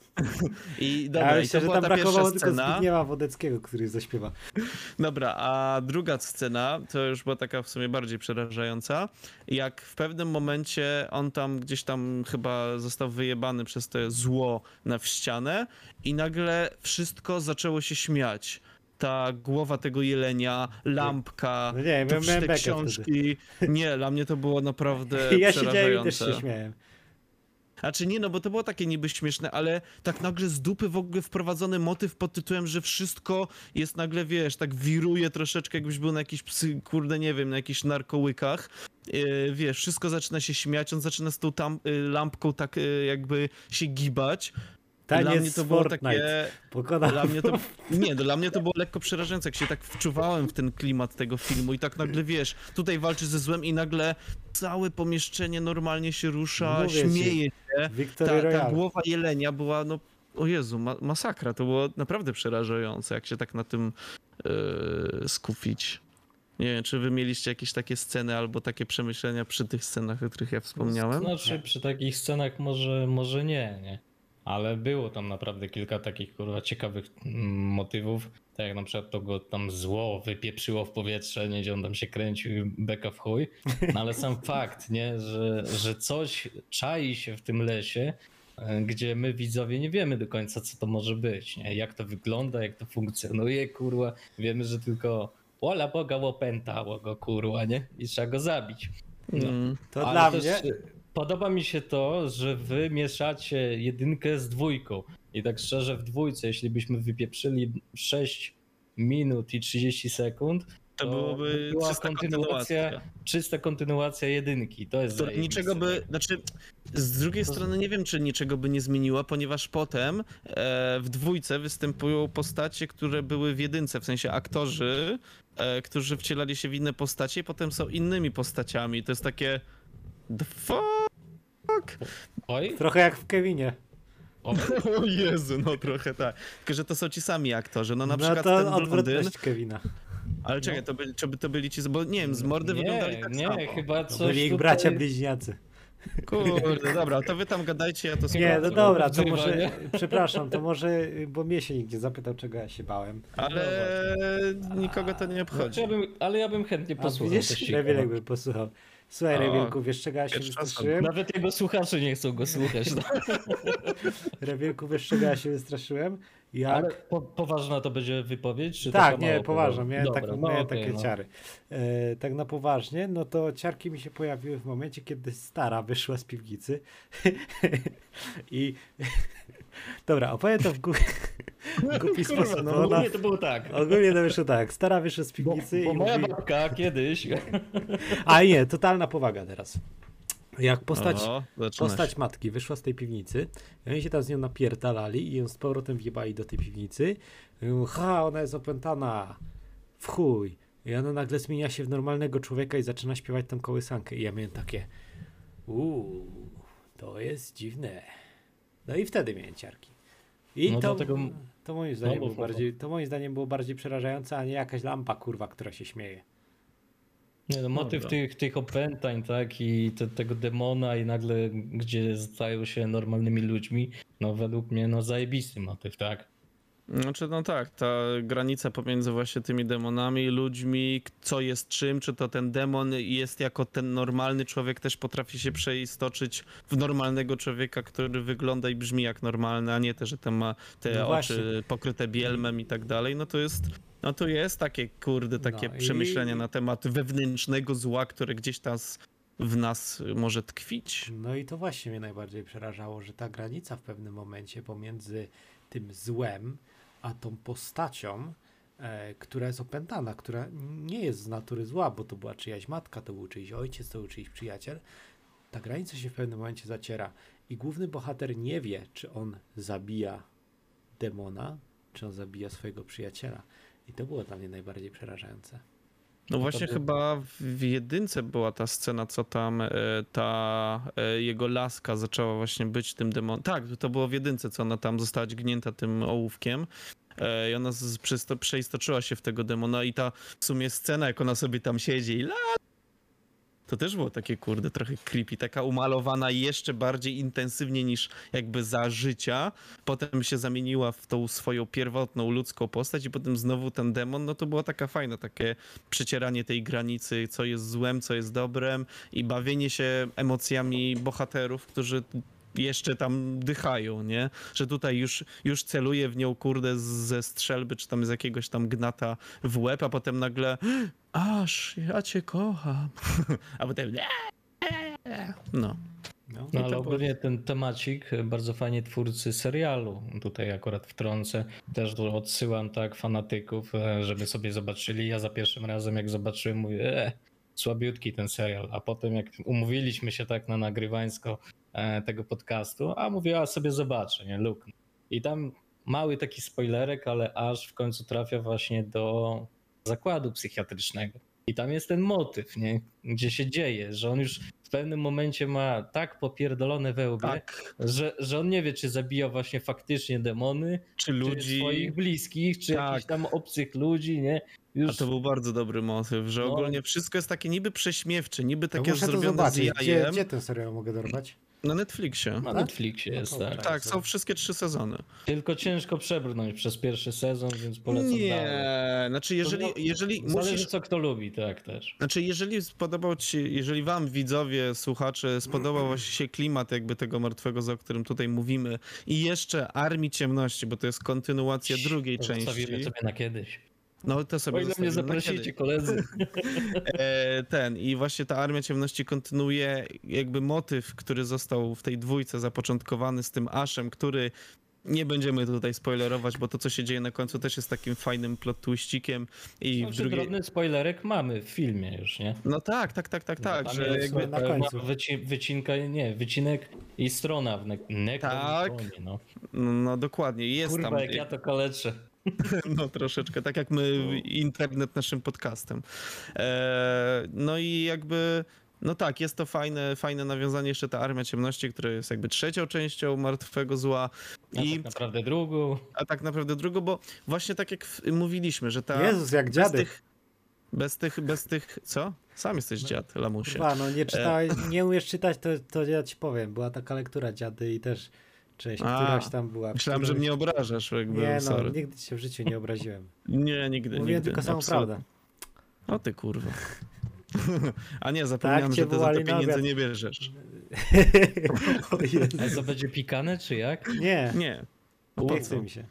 I dobra, ja i myślę to że była tam ta brakowało pierwsza tylko scena. Zbigniewa Wodeckiego, który zaśpiewa. Dobra, a druga scena, to już była taka w sumie bardziej przerażająca, jak w pewnym momencie on tam gdzieś tam chyba został wyjebany przez to zło w ścianę i nagle wszystko zaczęło się śmiać. Ta głowa tego jelenia, lampka, No nie, to miałem te bekę książki. Nie, dla mnie to było naprawdę Ja siedziałem i też przerażające. się śmiałem. A czy nie, no bo to było takie niby śmieszne, ale tak nagle z dupy w ogóle wprowadzony motyw pod tytułem, że wszystko jest nagle, wiesz, tak wiruje troszeczkę, jakbyś był na jakiś kurde, nie wiem, na jakichś narkołykach. Wiesz, wszystko zaczyna się śmiać, on zaczyna z tą lampką tak jakby się gibać. Dla mnie Taniec to było Fortnite. takie... Pokonał. Dla mnie to było lekko przerażające, jak się tak wczuwałem w ten klimat tego filmu i tak nagle, wiesz, tutaj walczy ze złem i nagle całe pomieszczenie normalnie się rusza, Mówię ci, śmieje się. Victory Ta Royale. głowa jelenia była, no, o Jezu, masakra, to było naprawdę przerażające, jak się tak na tym skupić. Nie wiem, czy wy mieliście jakieś takie sceny albo takie przemyślenia przy tych scenach, o których ja wspomniałem? Znaczy przy takich scenach może nie. Ale było tam naprawdę kilka takich kurwa ciekawych motywów. Tak jak na przykład to go tam zło wypieprzyło w powietrze, nie, gdzie on tam się kręcił i beka w chuj. No ale sam fakt, nie, że coś czai się w tym lesie, gdzie my widzowie nie wiemy do końca, co to może być, nie? Jak to wygląda, jak to funkcjonuje, kurwa. Wiemy, że tylko Ola Boga łopętało go, kurwa, nie? I trzeba go zabić. No. To Ale dla też mnie... podoba mi się to, że wy mieszacie jedynkę z dwójką. I tak szczerze w dwójce, jeśli byśmy wypieprzyli 6 minut i 30 sekund, To byłoby była czysta kontynuacja. czysta kontynuacja jedynki. To jest Która zajebiste. niczego by, znaczy z drugiej strony nie wiem, czy niczego by nie zmieniła, ponieważ potem w dwójce występują postacie, które były w jedynce, w sensie aktorzy, którzy wcielali się w inne postacie i potem są innymi postaciami. To jest takie... The fuck? Oj, Trochę jak w Kevinie. oj. O Jezu, no trochę tak. Tylko, że to są ci sami aktorzy. No na No przykład to ten blondyn, odwrotność Kevina. ale czekaj, to byli ci, bo nie wiem, z mordy wyglądali tak nie, samo. chyba To coś byli ich tutaj... bracia bliźniacy. Kurde, dobra, to wy tam gadajcie, ja to Nie, sprawdzę. no dobra, to Wzywa, może, nie? przepraszam, to może, bo mnie się nikt nie zapytał, czego ja się bałem. Ale nikogo to nie obchodzi. Ale ja bym chętnie A posłuchał. widzisz, coś Rewilek ciekawego. by posłuchał. Słuchaj, O, Rewilku, wiesz czego ja się pierwszy raz wystraszyłem? Nawet jego słuchacze nie chcą go słuchać. No. Rewilku, wiesz czego ja się wystraszyłem? Jak... Ale poważna to będzie wypowiedź? Czy Tak, taka nie, mało poważnie, poważna? miałem, Dobra, no miałem okej, takie no. ciary. Tak na poważnie, no to ciarki mi się pojawiły w momencie, kiedy stara wyszła z piwnicy i dobra, opowiem to w głupi Kurwa, sposób. no bo ona- ogólnie to było tak. Ogólnie to wyszło tak, stara wyszła z piwnicy Bo i moja mówi... babka kiedyś... A nie, totalna powaga teraz. Jak O, zaczyna postać się. matki wyszła z tej piwnicy i oni się tam z nią napierdalali i ją z powrotem wjebali do tej piwnicy. I mówią, ha, ona jest opętana. W chuj. I ona nagle zmienia się w normalnego człowieka i zaczyna śpiewać tą kołysankę. I ja miałem takie to jest dziwne. No i wtedy miałem ciarki. I No to, dlatego- to moim zdaniem No, bo- to moim zdaniem było bardziej przerażające, a nie jakaś lampa kurwa, która się śmieje. Nie, no, motyw Dobra. tych opętań, tak, i tego demona i nagle gdzie stają się normalnymi ludźmi, no według mnie, no zajebisty motyw, tak. Znaczy, no tak, ta granica pomiędzy właśnie tymi demonami, ludźmi, co jest czym, czy to ten demon jest jako ten normalny człowiek, też potrafi się przeistoczyć w normalnego człowieka, który wygląda i brzmi jak normalny, a nie te, że ten ma te No oczy właśnie. pokryte bielmem i tak dalej, no to jest takie, kurde, takie No i- przemyślenie na temat wewnętrznego zła, które gdzieś tam w nas może tkwić. No i to właśnie mnie najbardziej przerażało, że ta granica w pewnym momencie pomiędzy tym złem, a tą postacią, która jest opętana, która nie jest z natury zła, bo to była czyjaś matka, to był czyjś ojciec, to był czyjś przyjaciel, ta granica się w pewnym momencie zaciera i główny bohater nie wie, czy on zabija demona, czy on zabija swojego przyjaciela. I to było dla mnie najbardziej przerażające. No właśnie było- chyba w jedynce była ta scena, co tam ta jego laska zaczęła właśnie być tym demonem. Tak, to było w jedynce, co ona tam została dźgnięta tym ołówkiem i ona przeistoczyła się w tego demona i ta w sumie scena, jak ona sobie tam siedzi i to też było takie, kurde, trochę creepy, taka umalowana jeszcze bardziej intensywnie niż jakby za życia. Potem się zamieniła w tą swoją pierwotną ludzką postać i potem znowu ten demon, no to było taka fajna, takie przecieranie tej granicy, co jest złem, co jest dobrem i bawienie się emocjami bohaterów, którzy jeszcze tam dychają, nie? Że tutaj już celuje w nią, kurde, ze strzelby, czy tam z jakiegoś tam gnata w łeb, a potem nagle aż, ja cię kocham. A potem no. No. No ale ogólnie ten temacik bardzo fajnie twórcy serialu tutaj akurat wtrącę. Też tu odsyłam tak fanatyków, żeby sobie zobaczyli. Ja za pierwszym razem jak zobaczyłem mówię, słabiutki ten serial, a potem jak umówiliśmy się tak na nagrywańsko tego podcastu, a mówię, a sobie zobaczę, nie, Luke. I tam mały taki spoilerek, ale aż w końcu trafia właśnie do zakładu psychiatrycznego. I tam jest ten motyw, nie? Gdzie się dzieje, że on już w pewnym momencie ma tak popierdolone we łbie, Tak, że on nie wie, czy zabija właśnie faktycznie demony, czy czy ludzi... swoich bliskich, czy Tak. jakichś tam obcych ludzi, nie? Już A to był bardzo dobry motyw, że No. ogólnie wszystko jest takie niby prześmiewcze, niby To takie muszę to zrobione z zobaczyć. jajem. Gdzie ten serial mogę dorwać? Na Netflixie. na tak? Netflixie No jest, to tak. tak. Tak, są wszystkie 3 sezony. Tylko ciężko przebrnąć przez pierwszy sezon, więc polecam dalej. Nie, znaczy jeżeli Zależy musisz... co kto lubi, tak też. Znaczy, jeżeli spodobał ci się, jeżeli wam, widzowie, słuchacze, spodobał się klimat jakby tego Martwego Zoo, o którym tutaj mówimy i jeszcze Armii Ciemności, bo to jest kontynuacja drugiej To części. zostawimy sobie na kiedyś. No to O sobie ile mnie zostawimy na zaprosicie, kiedyś. koledzy. I właśnie ta Armia Ciemności kontynuuje jakby motyw, który został w tej dwójce zapoczątkowany z tym Ashem, który nie będziemy tutaj spoilerować, bo to co się dzieje na końcu też jest takim fajnym plot twiścikiem i w Znaczy, drugiej... drobny spoilerek mamy w filmie już, nie? No tak, Tam że jest, jakby... na końcu. wycinek i strona w Necronomicon, Tak. no. No dokładnie, jest Kurwa, tam... jak ja to kaleczę. No troszeczkę, tak jak my internet naszym podcastem. No i jakby, no tak, jest to fajne nawiązanie, jeszcze ta Armia Ciemności, która jest jakby trzecią częścią Martwego Zła I tak naprawdę drugą. a tak naprawdę drugą, bo właśnie tak jak mówiliśmy, że ta... Jezus, jak dziadek. Bez tych, co? Sam jesteś dziad, lamusie. Kurwa, no nie czytałeś, nie umiesz czytać, to ja ci powiem. Była taka lektura Dziady i też część, któraś tam była. Myślałem, że mnie obrażasz, jakby, Nie no, sorry. nigdy cię w życiu nie obraziłem. Nie, nigdy, Mówiłem nigdy. tylko samą absolutnie. prawdę. O ty kurwa. A nie, zapomniałem, Tak cię że ty za to wołali na pieniędzy obiad. nie bierzesz. O Jezu. A to będzie pikane, czy jak? Nie, Nie. No po nie chce co? mi się.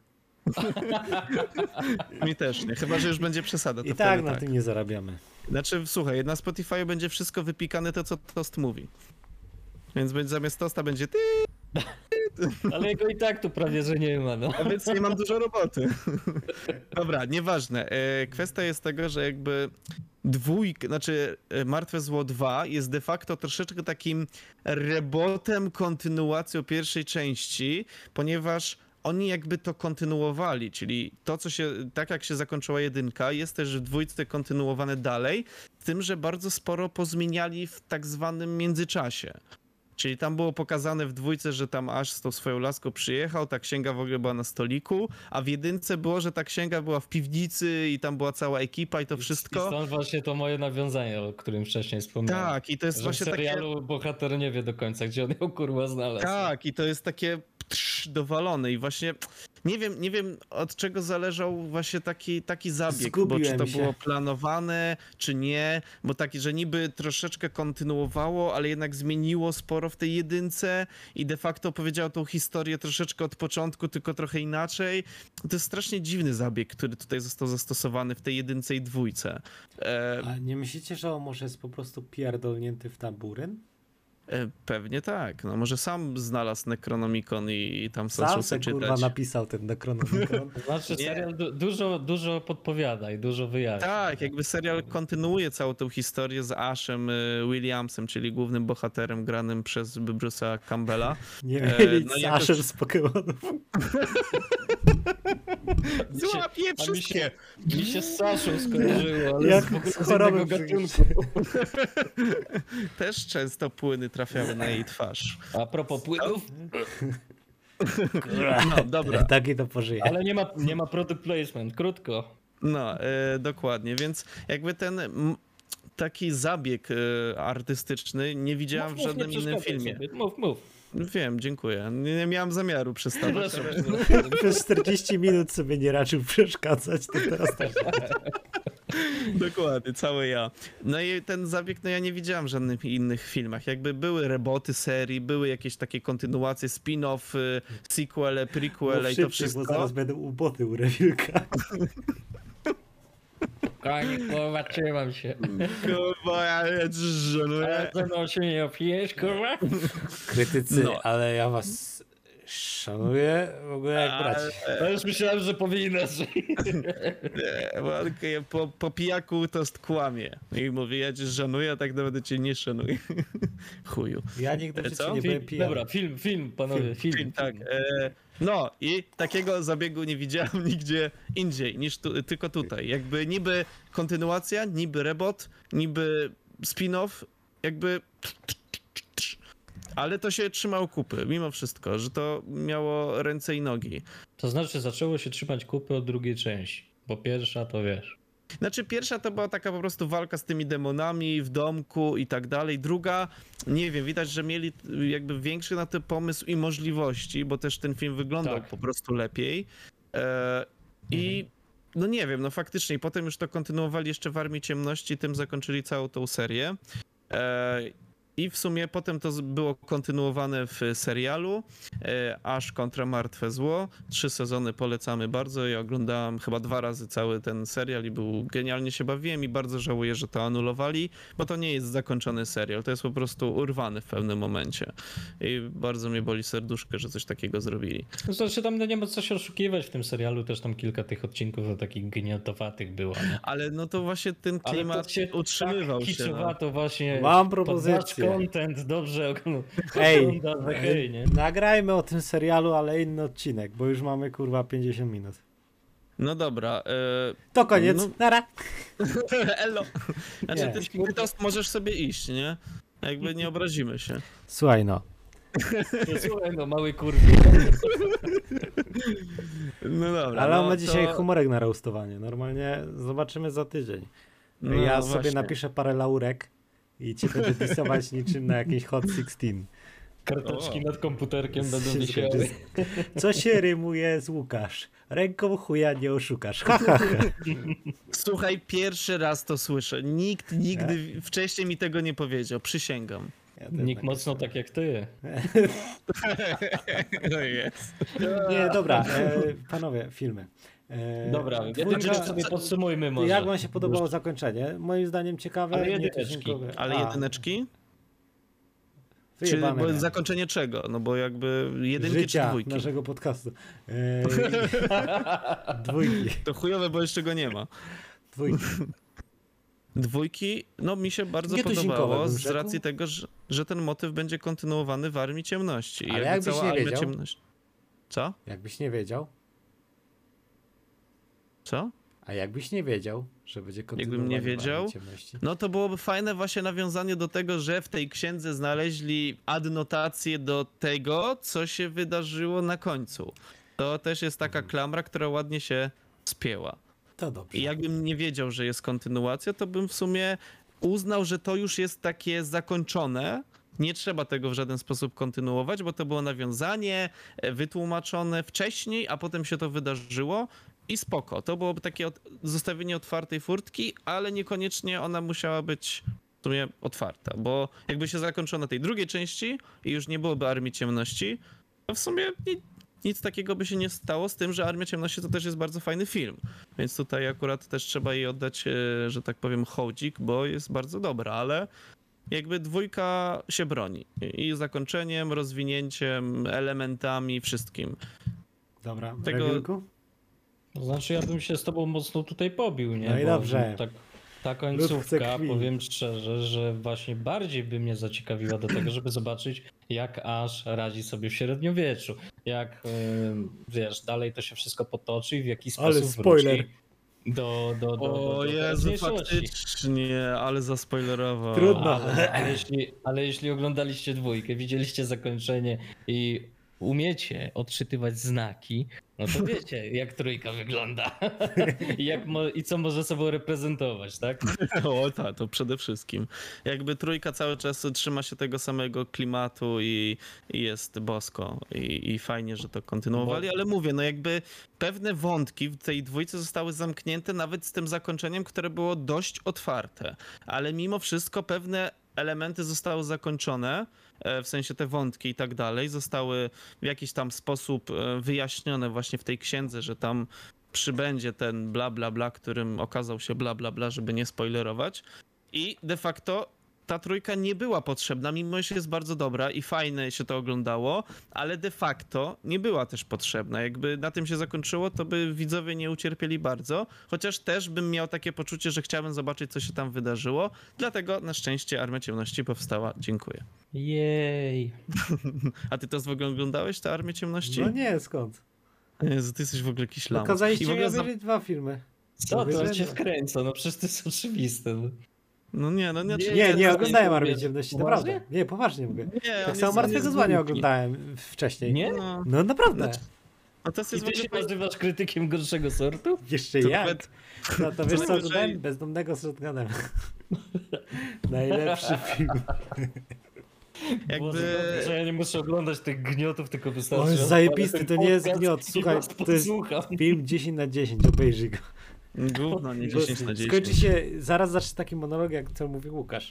Mi też nie, chyba że już będzie przesada. To I tak wtedy na tym nie zarabiamy. Znaczy, słuchaj, na Spotify będzie wszystko wypikane to, co Toast mówi. Więc zamiast Toasta będzie ty, Ale jego i tak tu prawie, że nie ma, no. a więc nie mam dużo roboty. Dobra, nieważne. Kwestia jest tego, że jakby Martwe Zło 2 jest de facto troszeczkę takim rebotem, kontynuacją pierwszej części, ponieważ oni jakby to kontynuowali, czyli to, co się, tak jak się zakończyła jedynka, jest też w dwójce kontynuowane dalej, z tym, że bardzo sporo pozmieniali w tak zwanym międzyczasie. Czyli tam było pokazane w dwójce, że tam Ash z tą swoją laską przyjechał, ta księga w ogóle była na stoliku, a w jedynce było, że ta księga była w piwnicy i tam była cała ekipa i to I wszystko. stąd właśnie to moje nawiązanie, o którym wcześniej wspomniałem. Tak, i to jest Że w właśnie takie... serialu bohater nie wie do końca, gdzie on ją kurwa znalazł. Tak, i to jest takie dowalone i właśnie nie wiem od czego zależał właśnie taki zabieg, bo czy Zgubiłem to się. było planowane, czy nie, bo taki, że niby troszeczkę kontynuowało, ale jednak zmieniło sporo w tej jedynce i de facto opowiedziało tą historię troszeczkę od początku, tylko trochę inaczej. To jest strasznie dziwny zabieg, który tutaj został zastosowany w tej jedynce i dwójce. A nie myślicie, że on może jest po prostu pierdolnięty w tamburyn? Pewnie tak, no może sam znalazł Necronomicon i tam zaczął Sam sobie se kurwa czytać. napisał ten Necronomicon. To znaczy Nie. serial dużo podpowiada i dużo wyjaśnia. Tak, jakby serial kontynuuje całą tą historię z Ashem Williamsem, czyli głównym bohaterem granym przez Bruce'a Campbella. Nie mieli no z jakoś- Ashem z Pokemonów. Złapie A wszystkie! Mi się z Saszą skojarzyło, ale Jak z w ogóle z z choroby innego psychicznej. gatunku. Też często płyny trafiały na jej twarz. A propos płynów, No, dobra. Taki to pożyje. ale nie ma product placement, krótko. No, dokładnie, więc jakby ten taki zabieg artystyczny nie widziałem w żadnym nie innym przeszkadzaj filmie. sobie. Mów. Wiem, dziękuję. Nie miałem zamiaru przestawać. Przepraszam. Przez 40 minut sobie nie raczył przeszkadzać, to teraz też. Dokładnie, cały ja. No i ten zabieg, no ja nie widziałem w żadnych innych filmach. Jakby były reboty serii, były jakieś takie kontynuacje, spin-off, sequele, prequele i to Szybciej, bo wszystko. zaraz będą uboty u Rewilka. spokojnie, kurwa, trzymam się. Kurwa, ja żenuję. Ale ze mną się nie opijesz, kurwa? Krytycy, No. ale ja was szanuję w ogóle jak braci. No już myślałem, że powinnaś. Nie, bo po pijaku to kłamie. I mówi, ja cię szanuję, a tak naprawdę cię nie szanuję. Chuju. Ja nigdy w życiu Co? nie byłem pijany. Dobra, film, panowie, film. Tak. No i takiego zabiegu nie widziałem nigdzie indziej niż tylko tutaj. Jakby niby kontynuacja, niby rebot, niby spin-off, jakby... Ale to się trzymało kupy, mimo wszystko, że to miało ręce i nogi. To znaczy zaczęło się trzymać kupy od drugiej części, bo pierwsza to wiesz. Znaczy pierwsza to była taka po prostu walka z tymi demonami w domku i tak dalej. Druga, nie wiem, widać, że mieli jakby większy na to pomysł i możliwości, bo też ten film wyglądał Tak. po prostu lepiej. I no nie wiem, no faktycznie. I potem już to kontynuowali jeszcze w Armii Ciemności, tym zakończyli całą tą serię. I w sumie potem to było kontynuowane w serialu Ash kontra Martwe Zło. 3 sezony polecamy bardzo. Ja oglądałem chyba 2 razy cały ten serial i genialnie się bawiłem i bardzo żałuję, że to anulowali, bo to nie jest zakończony serial, to jest po prostu urwany w pewnym momencie. I bardzo mnie boli serduszko, że coś takiego zrobili. No znaczy tam nie ma co się oszukiwać w tym serialu, też tam kilka tych odcinków to takich gniotowatych było, nie? Ale no to właśnie ten Ale klimat to się utrzymywał tak się. No. kiczowato właśnie. Mam pod propozycję. wasz content dobrze Ej, ogląda, że hej, nie? nagrajmy o tym serialu, ale inny odcinek, bo już mamy kurwa 50 minut. No dobra. To koniec, No. nara. Elo. Znaczy Nie. ty tost możesz sobie iść, nie? Jakby nie obrazimy się. Słuchaj no, Słuchaj, no mały kurwi. No dobra. ale on no ma to- dzisiaj humorek na roastowanie. Normalnie zobaczymy za tydzień. No Ja sobie właśnie. napiszę parę laurek i cię będę disować niczym na jakiś Hot 16. Karteczki O. nad komputerkiem będą Się wisiały. zgodzi. Co się rymuje z Łukasz? Ręką chuja nie oszukasz. Ha, ha, ha. Słuchaj, pierwszy raz to słyszę. Nikt nigdy wcześniej mi tego nie powiedział. Przysięgam. Ja też Nikt tak mocno tak jak ty. No jest. Nie, dobra, panowie, filmy. Dobra, dwójka- jedynkę sobie podsumujmy może. Jak wam się podobało zakończenie? Moim zdaniem ciekawe. Ale nie jedyneczki. tuzinkowe. Ale A, jedyneczki? Czy wyjebane bo miałem. zakończenie czego? No bo jakby jedynki czy Życia dwójki? naszego podcastu. Dwójki. To chujowe, bo jeszcze go nie ma. Dwójki. Dwójki, no mi się bardzo Nietuzinkowe, podobało bym z rzekł. racji tego, że ten motyw będzie kontynuowany w Armii Ciemności. I Ale jakby jakbyś cała nie Armia wiedział? Ciemności. Co? Jakbyś nie wiedział, Co? a jakbyś nie wiedział, że będzie kontynuowanie nie wiedział? Armii Ciemności. No to byłoby fajne właśnie nawiązanie do tego, że w tej księdze znaleźli adnotację do tego, co się wydarzyło na końcu. To też jest taka klamra, która ładnie się spięła. To dobrze. I jakbym nie wiedział, że jest kontynuacja, to bym w sumie uznał, że to już jest takie zakończone. Nie trzeba tego w żaden sposób kontynuować, bo to było nawiązanie wytłumaczone wcześniej, a potem się to wydarzyło i spoko. To byłoby takie zostawienie otwartej furtki, ale niekoniecznie ona musiała być w sumie otwarta, bo jakby się zakończono tej drugiej części i już nie byłoby Armii Ciemności, to w sumie nic takiego by się nie stało, z tym, że Armia Ciemności to też jest bardzo fajny film. Więc tutaj akurat też trzeba jej oddać, że tak powiem, hołdzik, bo jest bardzo dobra, ale jakby dwójka się broni. I zakończeniem, rozwinięciem, elementami, wszystkim. Dobra, tego- Rewilku? To znaczy ja bym się z tobą mocno tutaj pobił, nie? No i Bo dobrze. Ta Lud końcówka, chce krwi. powiem szczerze, że właśnie bardziej by mnie zaciekawiła do tego, żeby zobaczyć, jak Ash radzi sobie w średniowieczu. Jak, wiesz, dalej to się wszystko potoczy i w jaki Ale sposób spoiler. wróci do O Jezu, teraźniejszości. faktycznie, ale zaspoilerował. Trudno. Ale jeśli oglądaliście dwójkę, widzieliście zakończenie i umiecie odczytywać znaki, no to wiecie, jak trójka wygląda i co może sobą reprezentować, tak? O tak, to przede wszystkim. Jakby trójka cały czas trzyma się tego samego klimatu i jest bosko. I fajnie, że to kontynuowali, ale mówię, no jakby pewne wątki w tej dwójce zostały zamknięte nawet z tym zakończeniem, które było dość otwarte. Ale mimo wszystko pewne elementy zostały zakończone, w sensie te wątki i tak dalej, zostały w jakiś tam sposób wyjaśnione właśnie w tej księdze, że tam przybędzie ten bla bla bla, którym okazał się bla bla bla, żeby nie spoilerować. I de facto ta trójka nie była potrzebna, mimo że jest bardzo dobra i fajne się to oglądało, ale de facto nie była też potrzebna. Jakby na tym się zakończyło, to by widzowie nie ucierpieli bardzo, chociaż też bym miał takie poczucie, że chciałbym zobaczyć, co się tam wydarzyło. Dlatego na szczęście Armia Ciemności powstała. Dziękuję. Jej. A ty to w ogóle oglądałeś, tę Armię Ciemności? No nie, skąd? Jezu, ty jesteś w ogóle jakiś lamus. I Okazaliście w mi ogóle obejrzeć 2 filmy. Co to Obejrzałem- cię wkręca? No przecież to jest oczywiste. No. No nie, no nie. Nie to oglądałem nie Armii powiesz. Ciemności, Poważnie? naprawdę. Nie, poważnie mówię. Nie, Tak on samo jest Martwego Zła nie głupi. oglądałem wcześniej. Nie? No, No naprawdę. a to jest I w ty się ogóle... nazywasz krytykiem gorszego sortu? Jeszcze To jak? nawet- No to wiesz co najwyżej- oglądałem? Bezdomnego z shotgunem. Najlepszy film. Jakby... Boże, że ja nie muszę oglądać tych gniotów, tylko wystarczy. On jest odpalę zajebisty, ten to nie jest podcast gniot. i Słuchaj, was to jest podsłucham. film 10/10, obejrzyj go. Gówno, nie 10/10. Skończy się, zaraz zacznie taki monolog, jak co mówi Łukasz.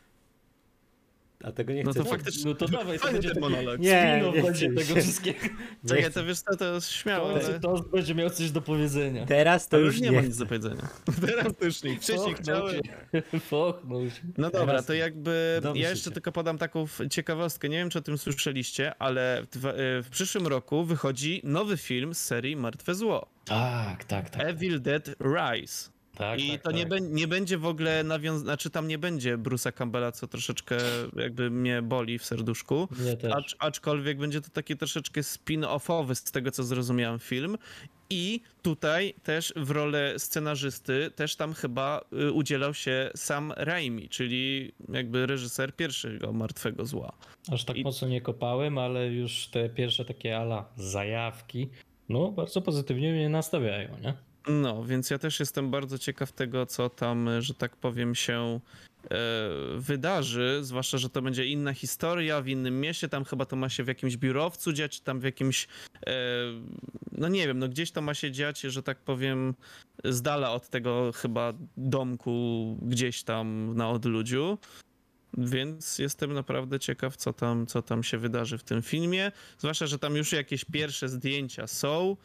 A tego nie No chcę. to faktycznie... No to dawaj, to Fajny będzie ten taki monolog. Nie, spin-off nie będzie chcę tego się. wszystkiego. Nie Czekaj, chcę. to wiesz co, to jest śmiało, ale... To będzie miał coś do powiedzenia. Teraz to Ale już nie nie ma nic chcę. do powiedzenia. Teraz to już nie. Wcześniej chciałem... Pochnął się. No dobra, Teraz to jakby domyśl ja jeszcze się. tylko podam taką ciekawostkę, nie wiem czy o tym słyszeliście, ale w przyszłym roku wychodzi nowy film z serii Martwe Zło. Tak. Evil Dead Rise. Tak, I tak, to tak. nie będzie w ogóle znaczy tam nie będzie Bruce'a Campbella, co troszeczkę jakby mnie boli w serduszku. Mnie też. Aczkolwiek będzie to taki troszeczkę spin-offowy z tego, co zrozumiałem film. I tutaj też w rolę scenarzysty też tam chyba udzielał się Sam Raimi, czyli jakby reżyser pierwszego Martwego Zła. Aż tak I- mocno nie kopałem, ale już te pierwsze takie ala zajawki, no bardzo pozytywnie mnie nastawiają, nie? No, więc ja też jestem bardzo ciekaw tego, co tam, że tak powiem, się wydarzy, zwłaszcza, że to będzie inna historia w innym mieście, tam chyba to ma się w jakimś biurowcu dziać, czy tam w jakimś, no nie wiem, no gdzieś to ma się dziać, że tak powiem, z dala od tego chyba domku gdzieś tam na odludziu. Więc jestem naprawdę ciekaw, co tam się wydarzy w tym filmie. Zwłaszcza, że tam już jakieś pierwsze zdjęcia są.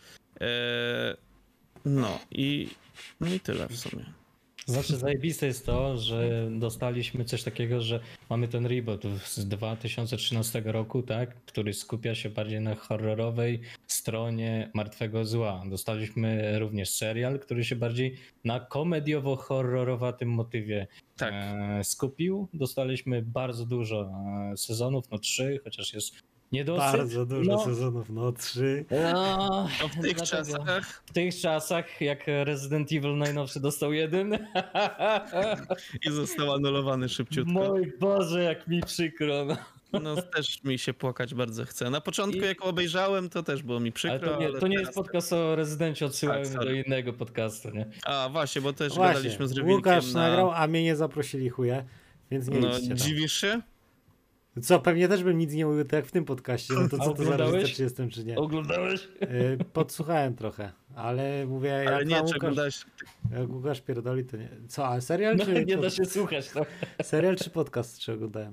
No i tyle w sumie. Znaczy zajebiste jest to, że dostaliśmy coś takiego, że mamy ten reboot z 2013 roku, tak, który skupia się bardziej na horrorowej stronie Martwego Zła. Dostaliśmy również serial, który się bardziej na komediowo-horrorowatym motywie Tak. skupił. Dostaliśmy bardzo dużo sezonów, no 3, chociaż jest niedosyt. Bardzo dużo No. sezonów, no 3. No, No w tych dlatego- czasach W tych czasach, jak Resident Evil najnowszy dostał 1. i został anulowany szybciutko. Mój Boże, jak mi przykro. No. No też mi się płakać bardzo chce. Na początku I- jak obejrzałem, to też było mi Ale przykro, to nie jest teraz- podcast o Rezydencie, odsyłałem Tak, do sorry. innego podcastu, nie? A właśnie, bo też Właśnie, gadaliśmy z Rywilkiem Łukasz na... nagrał, a mnie nie zaprosili chuje, więc nie No idźcie tam. dziwisz się? Co, pewnie też bym nic nie mówił tak jak w tym podcaście, no to A co to za oglądałeś? różnica, czy jestem, czy nie. Oglądałeś? Podsłuchałem trochę, ale mówię, Ale jak nie, tam czy Łukasz, oglądałeś... jak Łukasz pierdoli, to nie. Co, a serial No, czy nie da się słuchać. No. serial czy podcast czy oglądałem?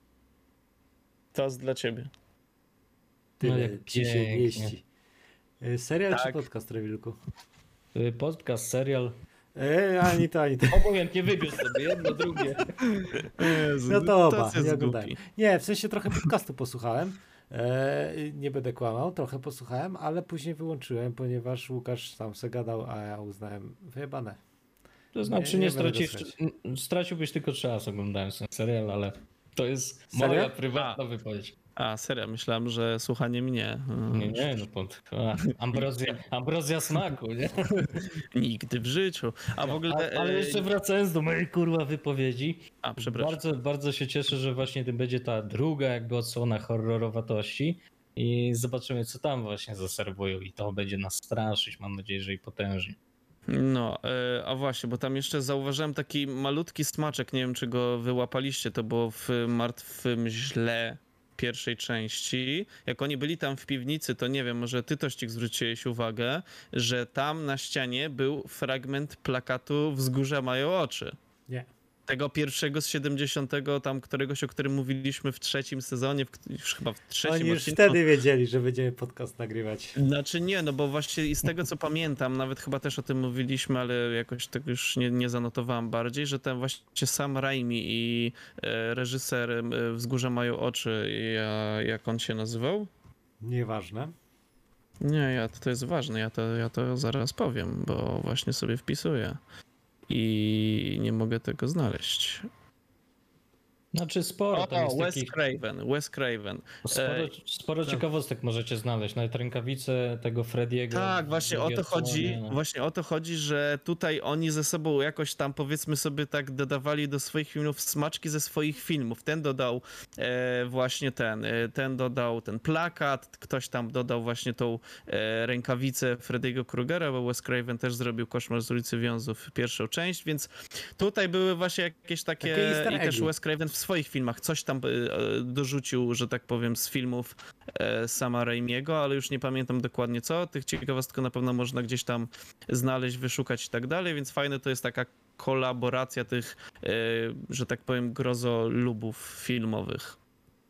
To jest dla ciebie. Tyle jak ci się pięknie. mieści. Serial czy Tak. podcast, Rewilku? Podcast, serial. Ani to, ani to. Obojętnie wybierz sobie jedno, drugie. Jezu, No to oba, jest nie oglądałem. głupi. Nie, w sensie trochę podcastu posłuchałem. Nie będę kłamał, trochę posłuchałem, ale później wyłączyłem, ponieważ Łukasz sam se gadał, a ja uznałem wyjebane. To znaczy Nie nie, będę stracisz, słuchać. straciłbyś tylko czas oglądając ten serial, ale to jest Serio? moja prywatna wypowiedź. A, serio, myślałem, że słuchanie mnie. Nie, no ambrozja smaku, nie? Nigdy w życiu. A w ogóle... Ale jeszcze wracając do mojej kurwa wypowiedzi, A, przepraszam. bardzo, bardzo się cieszę, że właśnie to będzie ta druga jakby odsłona horrorowatości i zobaczymy co tam właśnie zaserwują i to będzie nas straszyć, mam nadzieję, że i potężnie. No, a właśnie, bo tam jeszcze zauważyłem taki malutki smaczek, nie wiem czy go wyłapaliście, to było w Martwym Źle pierwszej części. Jak oni byli tam w piwnicy, to nie wiem, może ty Tościk zwróciłeś uwagę, że tam na ścianie był fragment plakatu Wzgórza mają oczy. Nie. Tego pierwszego z 70, tam któregoś, o którym mówiliśmy w trzecim sezonie, już chyba w trzecim Oni już odcinku. wtedy wiedzieli, że będziemy podcast nagrywać. Znaczy nie, no bo właśnie i z tego co pamiętam, nawet chyba też o tym mówiliśmy, ale jakoś tego już nie zanotowałem bardziej, że ten właśnie Sam Raimi i reżyser Wzgórza mają oczy, jak on się nazywał? Nieważne. Nie, to jest ważne, ja to zaraz powiem, bo właśnie sobie wpisuję i nie mogę tego znaleźć. Znaczy sporo tam jest Wes takich... Craven. Sporo ciekawostek możecie znaleźć, nawet rękawice tego Frediego. Tak, właśnie o to chodzi, no. właśnie o to chodzi, że tutaj oni ze sobą jakoś tam powiedzmy sobie tak dodawali do swoich filmów smaczki ze swoich filmów. Ten dodał właśnie ten dodał ten plakat, ktoś tam dodał właśnie tą rękawicę Freddy'ego Krugera, bo Wes Craven też zrobił Koszmar z ulicy Wiązów pierwszą część, więc tutaj były właśnie jakieś takie easter i też eggi. Wes Craven w swoich filmach coś tam dorzucił, że tak powiem, z filmów Sama Raimiego, ale już nie pamiętam dokładnie co. Tych ciekawostek na pewno można gdzieś tam znaleźć, wyszukać i tak dalej, więc fajne to jest taka kolaboracja tych, że tak powiem, grozolubów filmowych.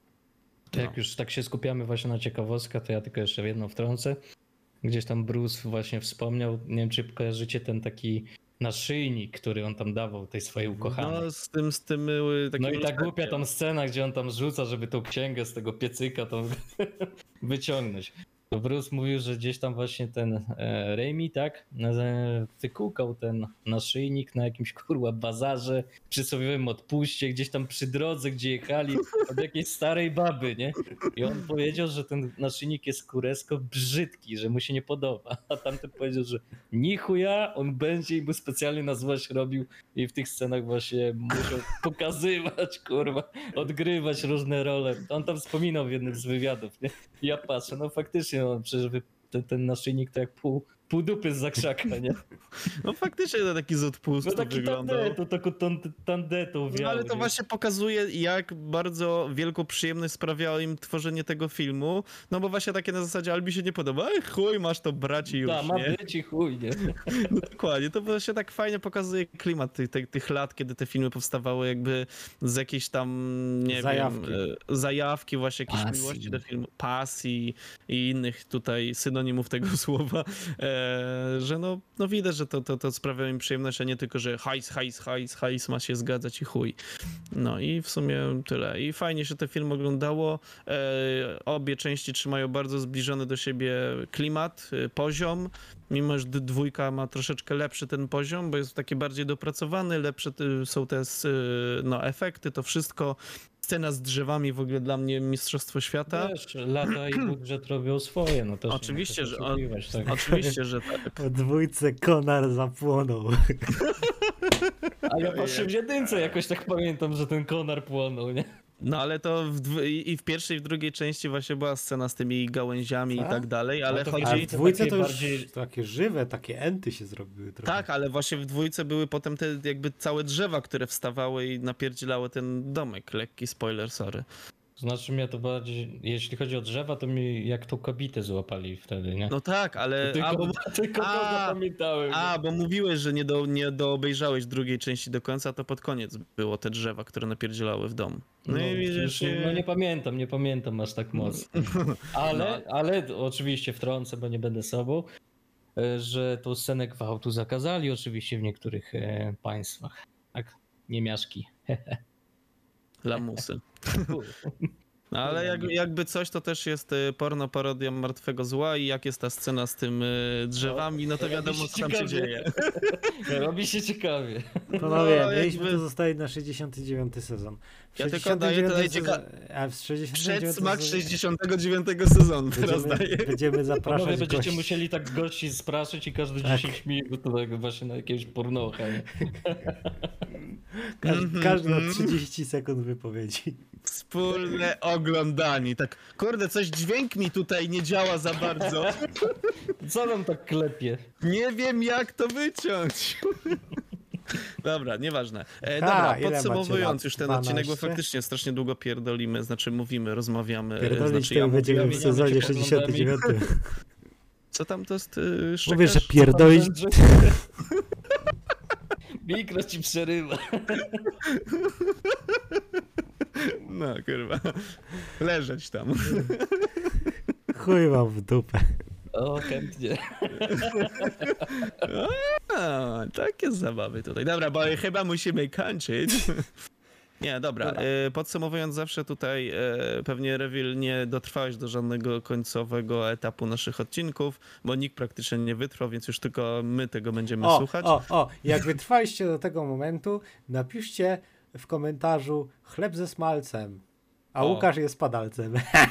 To jak już tak się skupiamy właśnie na ciekawostkach, to ja tylko jeszcze jedno wtrącę. Gdzieś tam Bruce właśnie wspomniał, nie wiem czy kojarzycie ten taki naszyjnik, który on tam dawał tej swojej ukochanej. No z tym takim No i ta głupia tam scena, gdzie on tam rzuca, żeby tą księgę z tego piecyka tam wyciągnąć. To Bruce mówił, że gdzieś tam właśnie ten Raimi, tak, wykukał ten naszyjnik na jakimś kurwa bazarze, przysłowiowym odpuście, gdzieś tam przy drodze, gdzie jechali od jakiejś starej baby, nie? I on powiedział, że ten naszyjnik jest kuresko brzydki, że mu się nie podoba. A tamten powiedział, że ni chuja, on będzie i mu specjalnie na złość robił i w tych scenach właśnie musiał pokazywać, kurwa, odgrywać różne role. On tam wspominał w jednym z wywiadów, nie? I ja patrzę, no faktycznie, no przecież ten naszyjnik to jak pół dupy z zakrzaka, nie? No faktycznie to taki z odpustu No taki wyglądał. tandetą No ale to właśnie pokazuje, jak bardzo wielką przyjemność sprawiało im tworzenie tego filmu, no bo właśnie takie na zasadzie, ale mi się nie podoba, chuj, masz to braci już, Da, ma nie? być i chuj, nie? No, dokładnie, to właśnie tak fajnie pokazuje klimat tych lat, kiedy te filmy powstawały jakby z jakiejś tam, nie Zajawki. wiem, zajawki, właśnie jakiejś Pasji. miłości do filmu, pasji i innych tutaj synonimów tego słowa, że no widać, że to sprawia im przyjemność, a nie tylko, że hajs ma się zgadzać i chuj. No i w sumie tyle. I fajnie się ten film oglądało. Obie części trzymają bardzo zbliżony do siebie klimat, poziom, mimo że dwójka ma troszeczkę lepszy ten poziom, bo jest taki bardziej dopracowany, lepsze są te efekty, to wszystko. Scena z drzewami w ogóle dla mnie mistrzostwo świata. Wiesz, lata i budżet robią swoje, no też Oczywiście, nie ma co że oszukiwać, tak. Oczywiście, że tak. Po dwójce Konar zapłonął. A ja patrzę w jedynce jakoś tak pamiętam, że ten konar płonął, nie? No ale to i w pierwszej, i w drugiej części właśnie była scena z tymi gałęziami i tak dalej, ale No to chodzi... A w dwójce takie to już bardziej- takie żywe, takie enty się zrobiły trochę. Tak, ale właśnie w dwójce były potem te jakby całe drzewa, które wstawały i napierdzielały ten domek. Lekki spoiler, sorry. Znaczy mnie to bardziej, jeśli chodzi o drzewa, to mi jak tą kobietę złapali wtedy, nie? No tak, ale... Tylko to zapamiętałem. Bo mówiłeś, że nie doobejrzałeś drugiej części do końca, to pod koniec było te drzewa, które napierdzielały w dom. No i widzisz... No nie pamiętam aż tak mocno. Ale oczywiście wtrącę, bo nie będę sobą, że tą scenę gwałtu zakazali oczywiście w niektórych państwach. Tak, niemiaszki. Lamusy. No, ale jakby coś, to też jest porno parodia Martwego Zła i jak jest ta scena z tym drzewami, no to wiadomo, co tam się dzieje. Robi się ciekawie. Panowie, No, mieliśmy jakby- to zostawić na 69 sezon. W Ja tylko daję 69 tutaj sezon- a w 69 Przedsmak sezonie 69 sezonu teraz daję. będziemy zapraszać Panowie będziecie gości. musieli tak gości spraszyć i każdy Tak. 10 minut tutaj właśnie na jakiegoś pornocha. Nie? Każdy na 30 sekund wypowiedzi. Wspólne oglądanie. Tak, kurde, coś dźwięk mi tutaj nie działa za bardzo. Co nam tak klepie? Nie wiem, jak to wyciąć. Dobra, nieważne. ile Dobra, macie podsumowując lat? już ten odcinek, bo 12? faktycznie strasznie długo pierdolimy, znaczy mówimy, rozmawiamy. Pierdolić Znaczy, to będziemy w mówiłem, sezonie ja cię 69. Co tam to jest? Mówię, że Szczekasz? pierdolić... Mikro ci przerywa. No kurwa. Leżeć tam. Chuj wam w dupę. O, chętnie. A, takie zabawy tutaj. Dobra, bo chyba musimy kończyć. Nie, dobra. Podsumowując, zawsze tutaj pewnie Rewil nie dotrwałeś do żadnego końcowego etapu naszych odcinków, bo nikt praktycznie nie wytrwał, więc już tylko my tego będziemy słuchać. Jak wytrwaliście do tego momentu, napiszcie w komentarzu chleb ze smalcem, a O. Łukasz jest padalcem.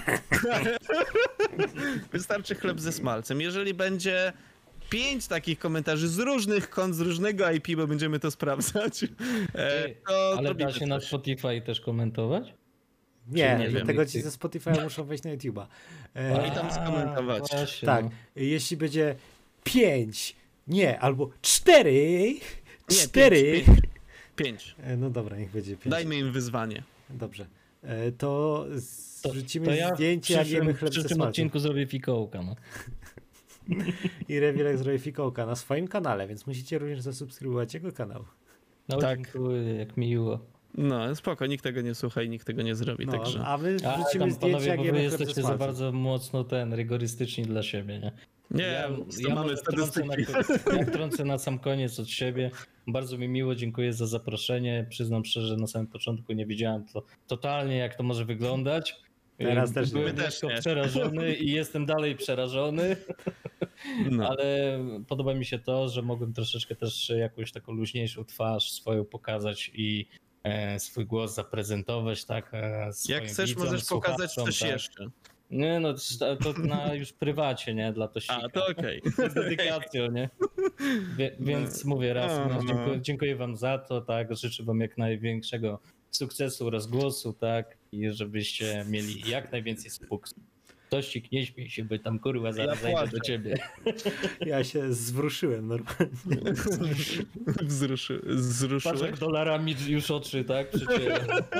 Wystarczy chleb ze smalcem. Jeżeli będzie 5 takich komentarzy z różnych kont, z różnego IP, bo będziemy to sprawdzać, to Ale da robimy się na coś. Spotify też komentować? Nie, nie dlatego wiem. ci ze Spotify muszą wejść na YouTube'a. I tam skomentować. Właśnie, Tak, no. jeśli będzie 5, nie, albo 4, Nie, 4. 5. No dobra, niech będzie 5. Dajmy im wyzwanie. Dobrze. To wrzucimy To ja zdjęcie, a jemy w chleb ze przyszłym smalcem. odcinku zrobię fikołka. No. I Rewilek zrobi fikołka na swoim kanale, więc musicie również zasubskrybować jego kanał. No Tak. dziękuję, jak miło. No, spoko, nikt tego nie słucha i nikt tego nie zrobi, No, także... a my A wrzucimy tam zdjęcie, panowie, jak bo wy jemy chleb ze jesteście za smalcem. bardzo mocno rygorystyczni dla siebie, nie? Nie, Ja mamy może statystyki. wtrącę na sam koniec od siebie. Bardzo mi miło, dziękuję za zaproszenie. Przyznam szczerze, na samym początku nie wiedziałem to totalnie, jak to może wyglądać. Teraz też nie. Byłem My też lekko nie. przerażony i jestem dalej przerażony, No. ale podoba mi się to, że mogłem troszeczkę też jakąś taką luźniejszą twarz swoją pokazać i swój głos zaprezentować, tak? Swoim Jak chcesz, widzom, możesz pokazać słuchaczom, coś tak. jeszcze. Nie no, to na już prywacie, nie? Dla Tosika. A, to okej. Z dedykacją, nie? Więc mówię raz, Aha. dziękuję wam za to, tak? Życzę wam jak największego sukcesu, rozgłosu, tak? I żebyście mieli jak najwięcej spók. Tościk, nie śmiej się, bo tam kurwa zaraz zajdę płaczę. do ciebie. Ja się zwruszyłem normalnie. Wzruszyłeś? Patrz jak dolarami już oczy, tak? Przyciera.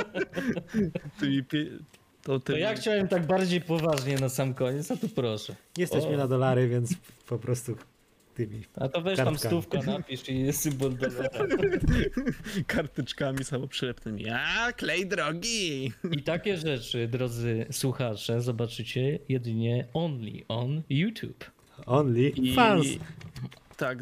To ja chciałem tak bardziej poważnie na sam koniec, a tu proszę. Nie jesteśmy O. na dolary, więc po prostu tymi. A to weź tam Kartkami. stówka napisz i symbol dolara. Kartyczkami samoprzylepnymi. A, klej drogi! I takie rzeczy, drodzy słuchacze, zobaczycie jedynie only on YouTube. Only fans. Tak.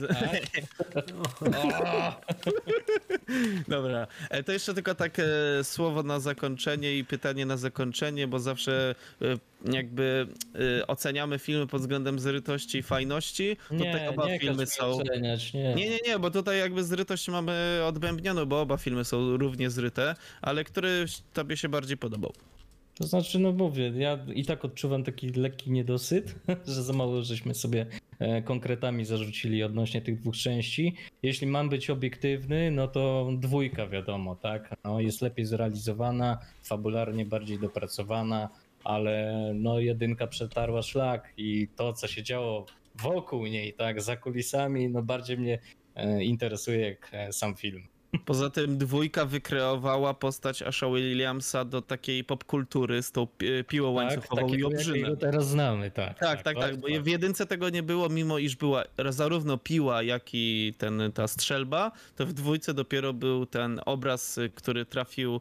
Dobra, to jeszcze tylko takie słowo na zakończenie i pytanie na zakończenie, bo zawsze jakby oceniamy filmy pod względem zrytości i fajności. Tutaj oba nie filmy każ mi są... oceniać, nie. Nie, bo tutaj jakby zrytość mamy odbębnioną, bo oba filmy są równie zryte, ale który tobie się bardziej podobał? To znaczy, no mówię, ja i tak odczuwam taki lekki niedosyt, że za mało żeśmy sobie konkretami zarzucili odnośnie tych dwóch części. Jeśli mam być obiektywny, no to dwójka wiadomo, tak? No, jest lepiej zrealizowana, fabularnie bardziej dopracowana, ale no jedynka przetarła szlak i to, co się działo wokół niej, tak, za kulisami, no bardziej mnie interesuje jak sam film. Poza tym dwójka wykreowała postać Asha Williamsa do takiej popkultury z tą piłą łańcuchową i takiego, obrzynem. jakiego teraz znamy, tak. Tak, bo w jedynce tego nie było, mimo iż była zarówno piła, jak i ta strzelba, to w dwójce dopiero był ten obraz, który trafił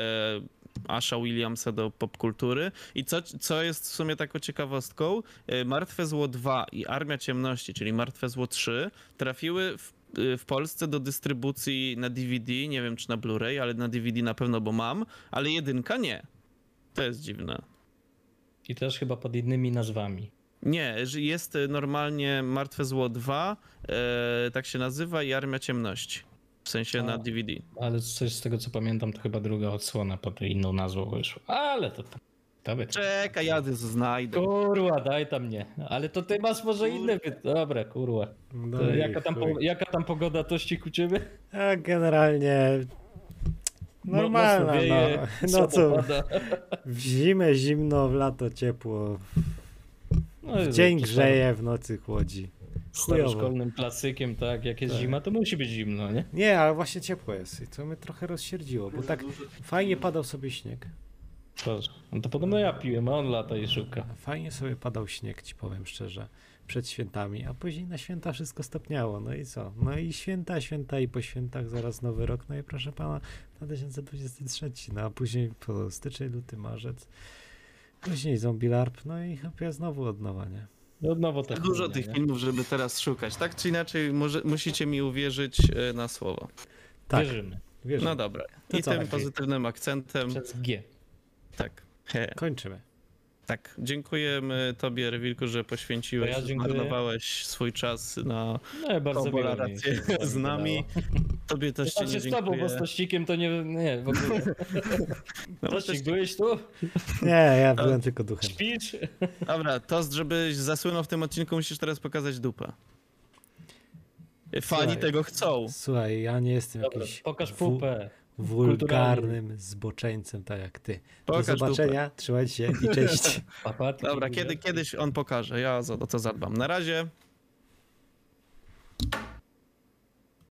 Asha Williamsa do popkultury. I co jest w sumie taką ciekawostką, Martwe Zło 2 i Armia Ciemności, czyli Martwe Zło 3, trafiły w Polsce do dystrybucji na DVD, nie wiem czy na Blu-ray, ale na DVD na pewno, bo mam, ale jedynka nie. To jest dziwne. I też chyba pod innymi nazwami. Nie, że jest normalnie Martwe Zło 2, tak się nazywa, i Armia Ciemności. W sensie na DVD. Ale coś z tego co pamiętam, to chyba druga odsłona pod inną nazwą wyszła. Ale to Czekaj, ja to znajdę. kurwa, daj tam nie. Ale to ty masz może inne Dobra, kurwa. No To i jaka tam pogoda tościk u ciebie? A generalnie normalna, Mocno wieje, no słabo co, pada. w zimę zimno, w lato ciepło, No, w dzień grzeje, w nocy chłodzi. Chujowo. Staroszkolnym klasykiem, tak, jak jest Tak. zima, to musi być zimno, nie? Nie, ale właśnie ciepło jest i to mnie trochę rozsierdziło, bo tak fajnie padał sobie śnieg. Proszę. No to podobno ja piłem, a on lata i szuka. Fajnie sobie padał śnieg, ci powiem szczerze. przed świętami, a później na święta wszystko stopniało. No i co? No i święta i po świętach zaraz nowy rok. No i proszę pana, 2023. No a później po styczeń, luty, marzec. Później zombie larp, no i chyba znowu od nowa, nie? No, nowo tak Dużo mówię, tych nie? filmów, żeby teraz szukać. Tak czy inaczej, musicie mi uwierzyć na słowo. Tak, Wierzymy. wiesz. No dobra. To I co, tym Andrzej? pozytywnym akcentem, Przez G. tak. Kończymy. Tak, dziękujemy tobie, Rewilku, że poświęciłeś, To ja dziękuję. zmarnowałeś swój czas na No bardzo miło mi kolaborację się z nami. Tobie też się nie Znaczy z tobą, dziękuję. bo z tościkiem to nie, w ogóle. No, Tościk, byłeś tu? Nie, ja byłem tylko duchem. Śpisz? Dobra, toast, żebyś zasłynął w tym odcinku, musisz teraz pokazać dupę. Fani Słuchaj. tego chcą. Słuchaj, ja nie jestem Dobra, jakiś pokaż pupę. wulgarnym zboczeńcem, tak jak ty. Do Pokaż zobaczenia, trzymajcie się i cześć. Papatki, Dobra, buziaczki. kiedyś on pokaże, ja o to zadbam. Na razie.